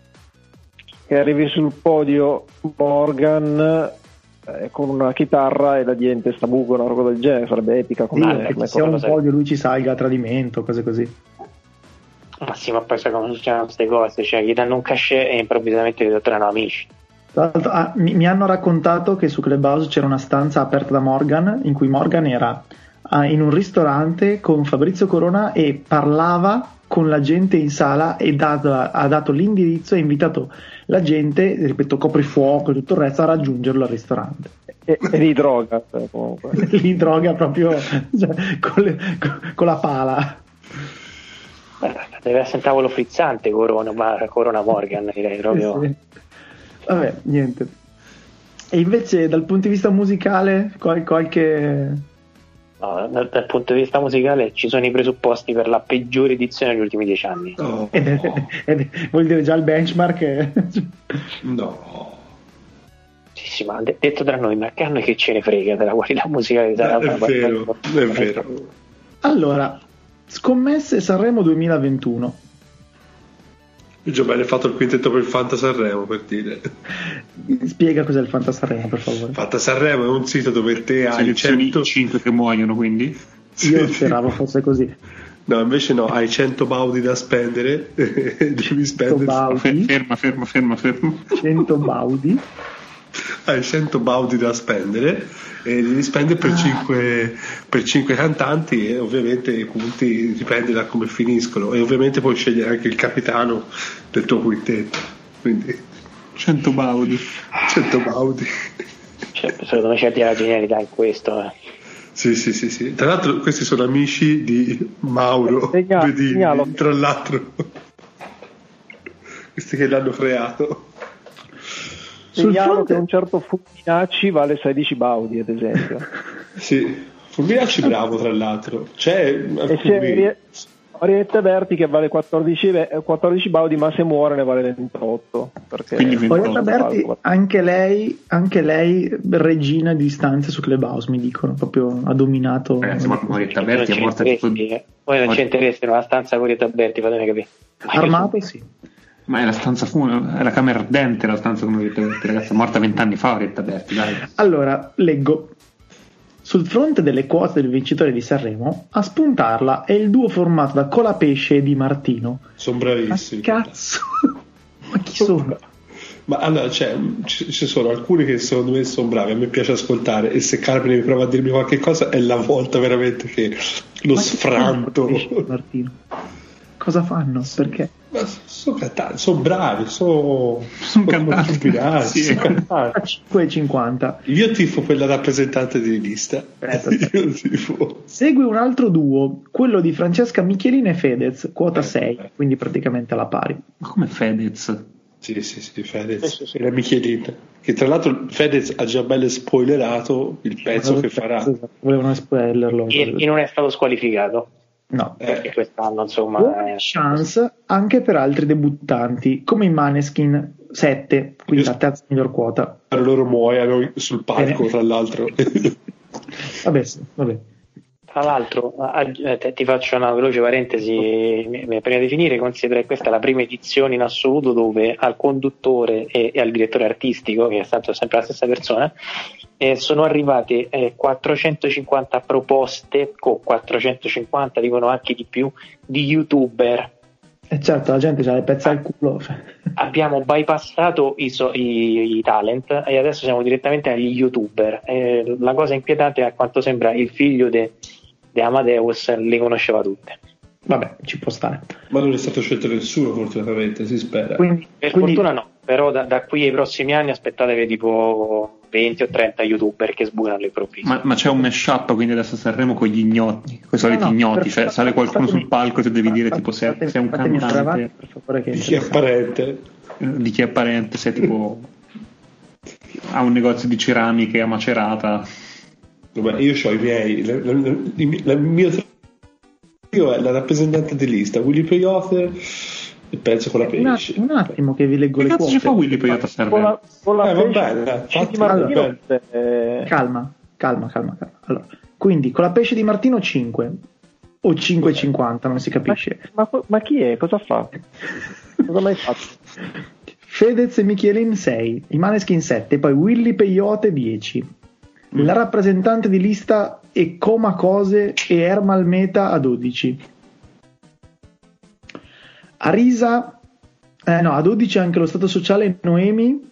Che arrivi sul podio Morgan con una chitarra e la gente sta Bugo, una roba del genere, sarebbe epica. Che sia un podio, lui ci salga a tradimento, cose così. Ma sì, ma poi sai come succedono queste cose, cioè gli danno un cachet e improvvisamente diventano amici. Tra l'altro, mi hanno raccontato che su Clubhouse c'era una stanza aperta da Morgan, in cui Morgan era in un ristorante con Fabrizio Corona e parlava con la gente in sala, e ha dato l'indirizzo e ha invitato la gente, ripeto, coprifuoco e tutto il resto, a raggiungerlo al ristorante. E li droga comunque. Li droga proprio, cioè, con la pala. Deve essere un tavolo frizzante Corona Morgan, direi proprio. Sì. Vabbè, niente. E invece dal punto di vista musicale qualche... No, dal punto di vista musicale ci sono i presupposti per la peggiore edizione degli ultimi 10 anni. Vuol dire già il benchmark No. Sì, ma detto tra noi, ma che a noi che ce ne frega della qualità musicale? È vero. Allora, scommesse Sanremo 2021. Giovanni ha fatto il quintetto per il Fanta Sanremo, per dire. Spiega cos'è il Fanta Sanremo, per favore. Fanta Sanremo è un sito dove te hai 105 che muoiono, quindi io speravo fosse così. No, invece no, hai 100 baudi da spendere. Devi spendere. Ferma 100 baudi. Hai 100 baudi da spendere e devi spendere per 5 cantanti, e ovviamente i punti dipende da come finiscono, e ovviamente puoi scegliere anche il capitano del tuo quintetto, quindi 100 baudi. Cioè, secondo me c'è la genialità in questo. Sì. Tra l'altro questi sono amici di Mauro Bedini, tra l'altro, questi che l'hanno creato. Segnalo che un certo Fulminacci vale 16 baudi, ad esempio. Sì, Fulminacci bravo, tra l'altro. C'è Orietta Berti che vale 14 baudi, ma se muore ne vale 28. Orietta Berti, anche lei regina di stanze su Clubhouse, mi dicono, proprio ha dominato. Ma Orietta Berti è morta poi non ci interessa una stanza con Orietta Berti, fatemi capire. Armato, sì. Ma è la stanza è la camera ardente, la stanza come Orietta Berti, ragazza, morta 20 anni fa Orietta Berti, dai. Allora, leggo. Sul fronte delle quote del vincitore di Sanremo, a spuntarla è il duo formato da Colapesce e Di Martino. Sono bravissimi. Ma cazzo! Ma chi sono? Ma allora, ci sono alcuni che secondo me sono bravi, a me piace ascoltare, e se Carmine mi prova a dirmi qualche cosa è la volta veramente che lo sfranto. Martino? Cosa fanno? Perché? Ma sono cantanti, sono bravi, sono cantanti. 5,50. Io tifo quella rappresentante di lista. Io tifo. Segue un altro duo, quello di Francesca Michelin e Fedez, quota 6, quindi praticamente alla pari. Ma come Fedez? Sì, Fedez e la Michelin, che tra l'altro Fedez ha già bello spoilerato il pezzo che farà. Volevano spoilerlo. E non è stato squalificato. No, perché quest'anno insomma buona chance anche per altri debuttanti come i Maneskin 7, quindi la terza miglior quota. Loro muoiono sul palco, tra l'altro. Vabbè, sì, vabbè. Tra l'altro ti faccio una veloce parentesi prima di finire. Considera che questa è la prima edizione in assoluto dove al conduttore e al direttore artistico, che è stato sempre la stessa persona, sono arrivate 450 proposte, con 450 dicono anche di più, di youtuber. E certo, la gente c'ha le pezze al culo. Abbiamo bypassato i talent e adesso siamo direttamente agli youtuber. La cosa inquietante è, a quanto sembra, il figlio di Amadeus le conosceva tutte. Vabbè, ci può stare. Ma non è stato scelto nessuno, fortunatamente, si spera. Per fortuna no, però da qui ai prossimi anni aspettatevi tipo 20 o 30 youtuber che sbucano all'improvviso. Ma c'è un mashup, quindi adesso Sanremo con gli ignoti, con i soliti ignoti, cioè sale qualcuno sul palco e tu devi dire tipo se è un cantante, per favore, che di chi è apparente. Di chi è apparente, se tipo ha un negozio di ceramiche a Macerata. Vabbè, io ho i miei, il mio trio è la rappresentante di lista, Willy Peyote e penso con la pesce. Un attimo che vi leggo Che le cazzo quote. ci fa Willy Peyote a Sanremo? Con la va pesce bene, di Martino, Calma. Allora, quindi con la pesce di Martino 5 o 5,50, non si capisce. ma chi è? Cosa fa? Cosa mai fatto? Fedez e Michelin 6, i Maneskin 7, poi Willy Peyote 10. La rappresentante di lista è Coma Cose e Ermal Meta a 12. Arisa, a 12 anche lo stato sociale Noemi.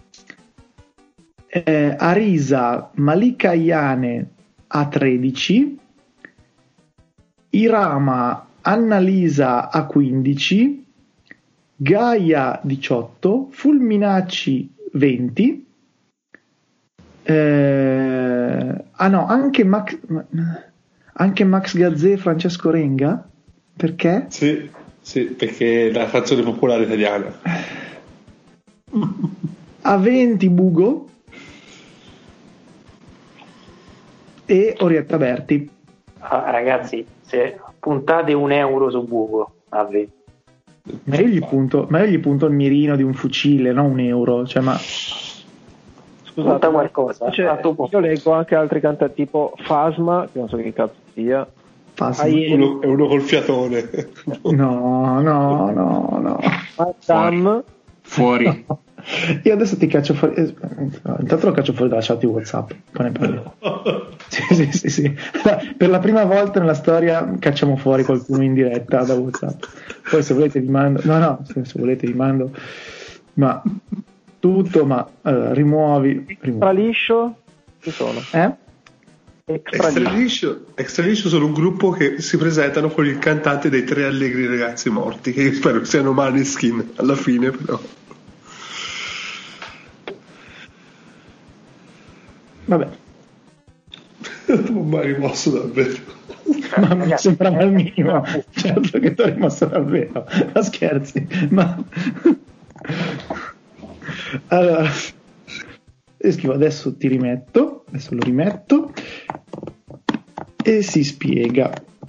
Arisa, Malika Iane a 13. Irama, Annalisa a 15. Gaia 18, Fulminacci 20. Anche Max Gazzè e Francesco Renga, perché? Sì, perché è la canzone popolare italiana. A 20 Bugo e Orietta Berti. Ragazzi, se puntate €1 su Bugo a 20. Ma io gli punto il mirino di un fucile, non €1, cioè, ma Scusate, qualcosa. Io leggo anche altri cantanti tipo Fasma, che non so che cazzo sia. Fasma. Uno col fiatone. No. Madame. Fuori. Io adesso ti caccio fuori. Intanto lo caccio fuori dalla chat di WhatsApp. Poi ne parliamo. Sì. Per la prima volta nella storia cacciamo fuori qualcuno in diretta da WhatsApp. Poi se volete vi mando. Se volete vi mando. Ma tutto, allora, rimuovi. Extra liscio? Chi sono? Extra liscio sono un gruppo che si presentano con il cantante dei 3 allegri ragazzi morti, che io spero siano Maneskin alla fine, però. Vabbè. Non mi hai rimosso davvero. Ma mi sembrava il minimo. Certo che ti ho rimosso davvero. Ma scherzi. Ma allora io scrivo adesso lo rimetto e si spiega.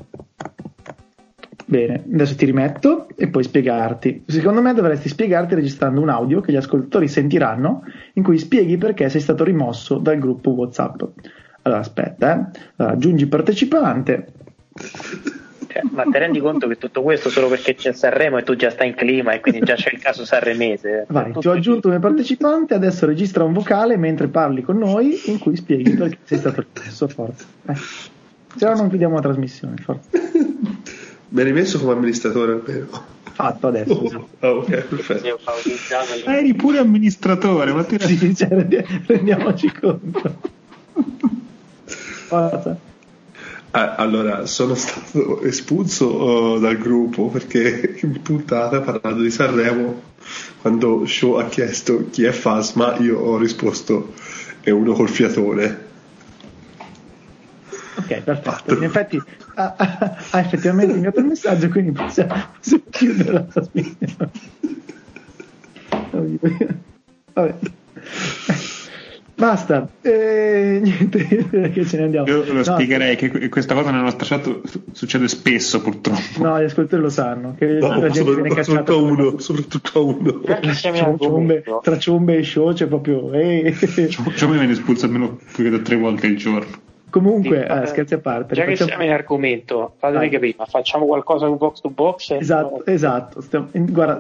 Bene, adesso ti rimetto e poi spiegarti. Secondo me dovresti spiegarti registrando un audio che gli ascoltatori sentiranno, in cui spieghi perché sei stato rimosso dal gruppo WhatsApp. Allora aspetta, allora, aggiungi partecipante. Ma ti rendi conto che tutto questo solo perché c'è Sanremo e tu già stai in clima e quindi già c'è il caso sanremese? Vai, ti ho aggiunto come partecipante, adesso registra un vocale mentre parli con noi in cui spieghi perché sei stato rimesso, forza. Se no non chiudiamo la trasmissione, forza. Mi hai rimesso come amministratore almeno. Fatto adesso. Ok, perfetto. Eri pure amministratore, ma ti sì, rendiamoci conto. Forza. Allora, sono stato espulso dal gruppo perché in puntata, parlando di Sanremo, quando Show ha chiesto chi è Fasma, io ho risposto è uno col fiatone. Ok, perfetto. In effetti ha effettivamente inviato il messaggio, quindi possiamo chiudere la trasmissione. Vabbè. Basta, niente, che ce ne andiamo. Io lo spiegherei che questa cosa nella nostra chat succede spesso, purtroppo. No, gli ascoltatori lo sanno, che la gente viene cacciata soprattutto a uno. Tra ciombe e Show c'è proprio Ciò mi viene espulso almeno 3 volte il giorno. Comunque, scherzi a parte, già che siamo in argomento, fatemi capire, ma facciamo qualcosa con box to box? Esatto. Guarda,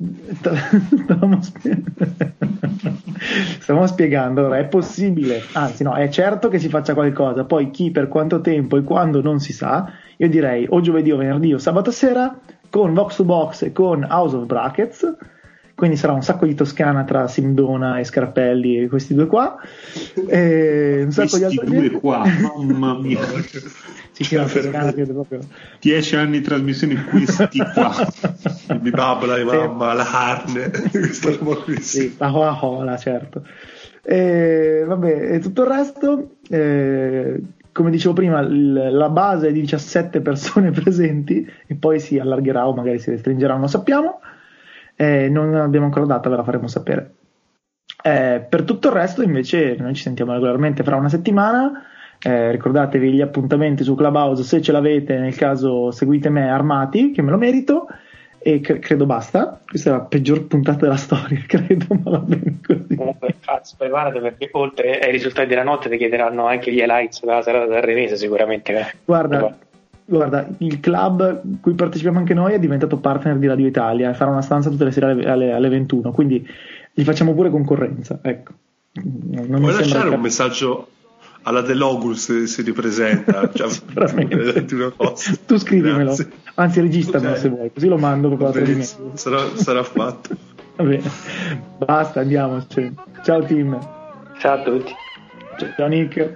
stavamo spiegando. Allora, è possibile, anzi no, è certo che si faccia qualcosa, poi chi, per quanto tempo e quando non si sa. Io direi o giovedì o venerdì o sabato sera con Vox to Box e con House of Brackets, quindi sarà un sacco di Toscana tra Sindona e Scarpelli e questi due qua, e un sacco di altri due qua, mamma mia. Sì, la Toscana credo proprio 10 anni di trasmissione, questi qua. Mi babbola di mamma, la carne, sì, la hoa, certo. Vabbè, e tutto il resto, come dicevo prima, la base è di 17 persone presenti e poi si allargherà o magari si restringerà, non lo sappiamo. Non abbiamo ancora data, ve la faremo sapere. Per tutto il resto invece noi ci sentiamo regolarmente fra una settimana. Ricordatevi gli appuntamenti su Clubhouse se ce l'avete, nel caso seguite me armati che me lo merito, e credo basta. Questa è la peggior puntata della storia, credo, ma va bene così. Comunque cazzo, preparate, perché oltre ai risultati della notte ti chiederanno anche gli highlights della serata del Remese sicuramente. Guarda, il club cui partecipiamo anche noi è diventato partner di Radio Italia e farà una stanza tutte le sere alle 21, quindi gli facciamo pure concorrenza, ecco. Non puoi lasciare un messaggio alla Delogul se ripresenta, cioè, una cosa. Tu scrivimelo, anzi registralo se vuoi, così lo mando proprio sarà fatto. Va bene, basta, andiamo. Ciao team. Ciao a tutti. Ciao Nick.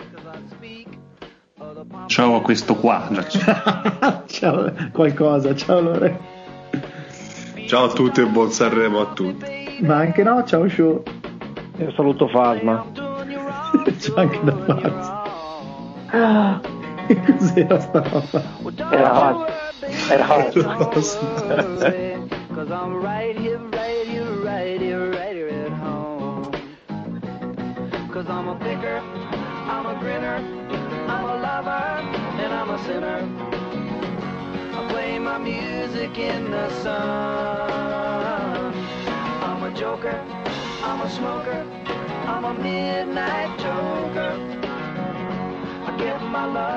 Ciao a questo qua. Ciao qualcosa, ciao Lore. Ciao a tutti e buon Sanremo a tutti. Ma anche no, ciao Show. Io saluto Fasma. C'è anche da Fasma. Cos'era sta roba? Era I'm a picker, I'm a grinner, I'm a lover, and I'm a sinner. I play my music in the sun. I'm a joker, I'm a smoker, I'm a midnight joker. I give my love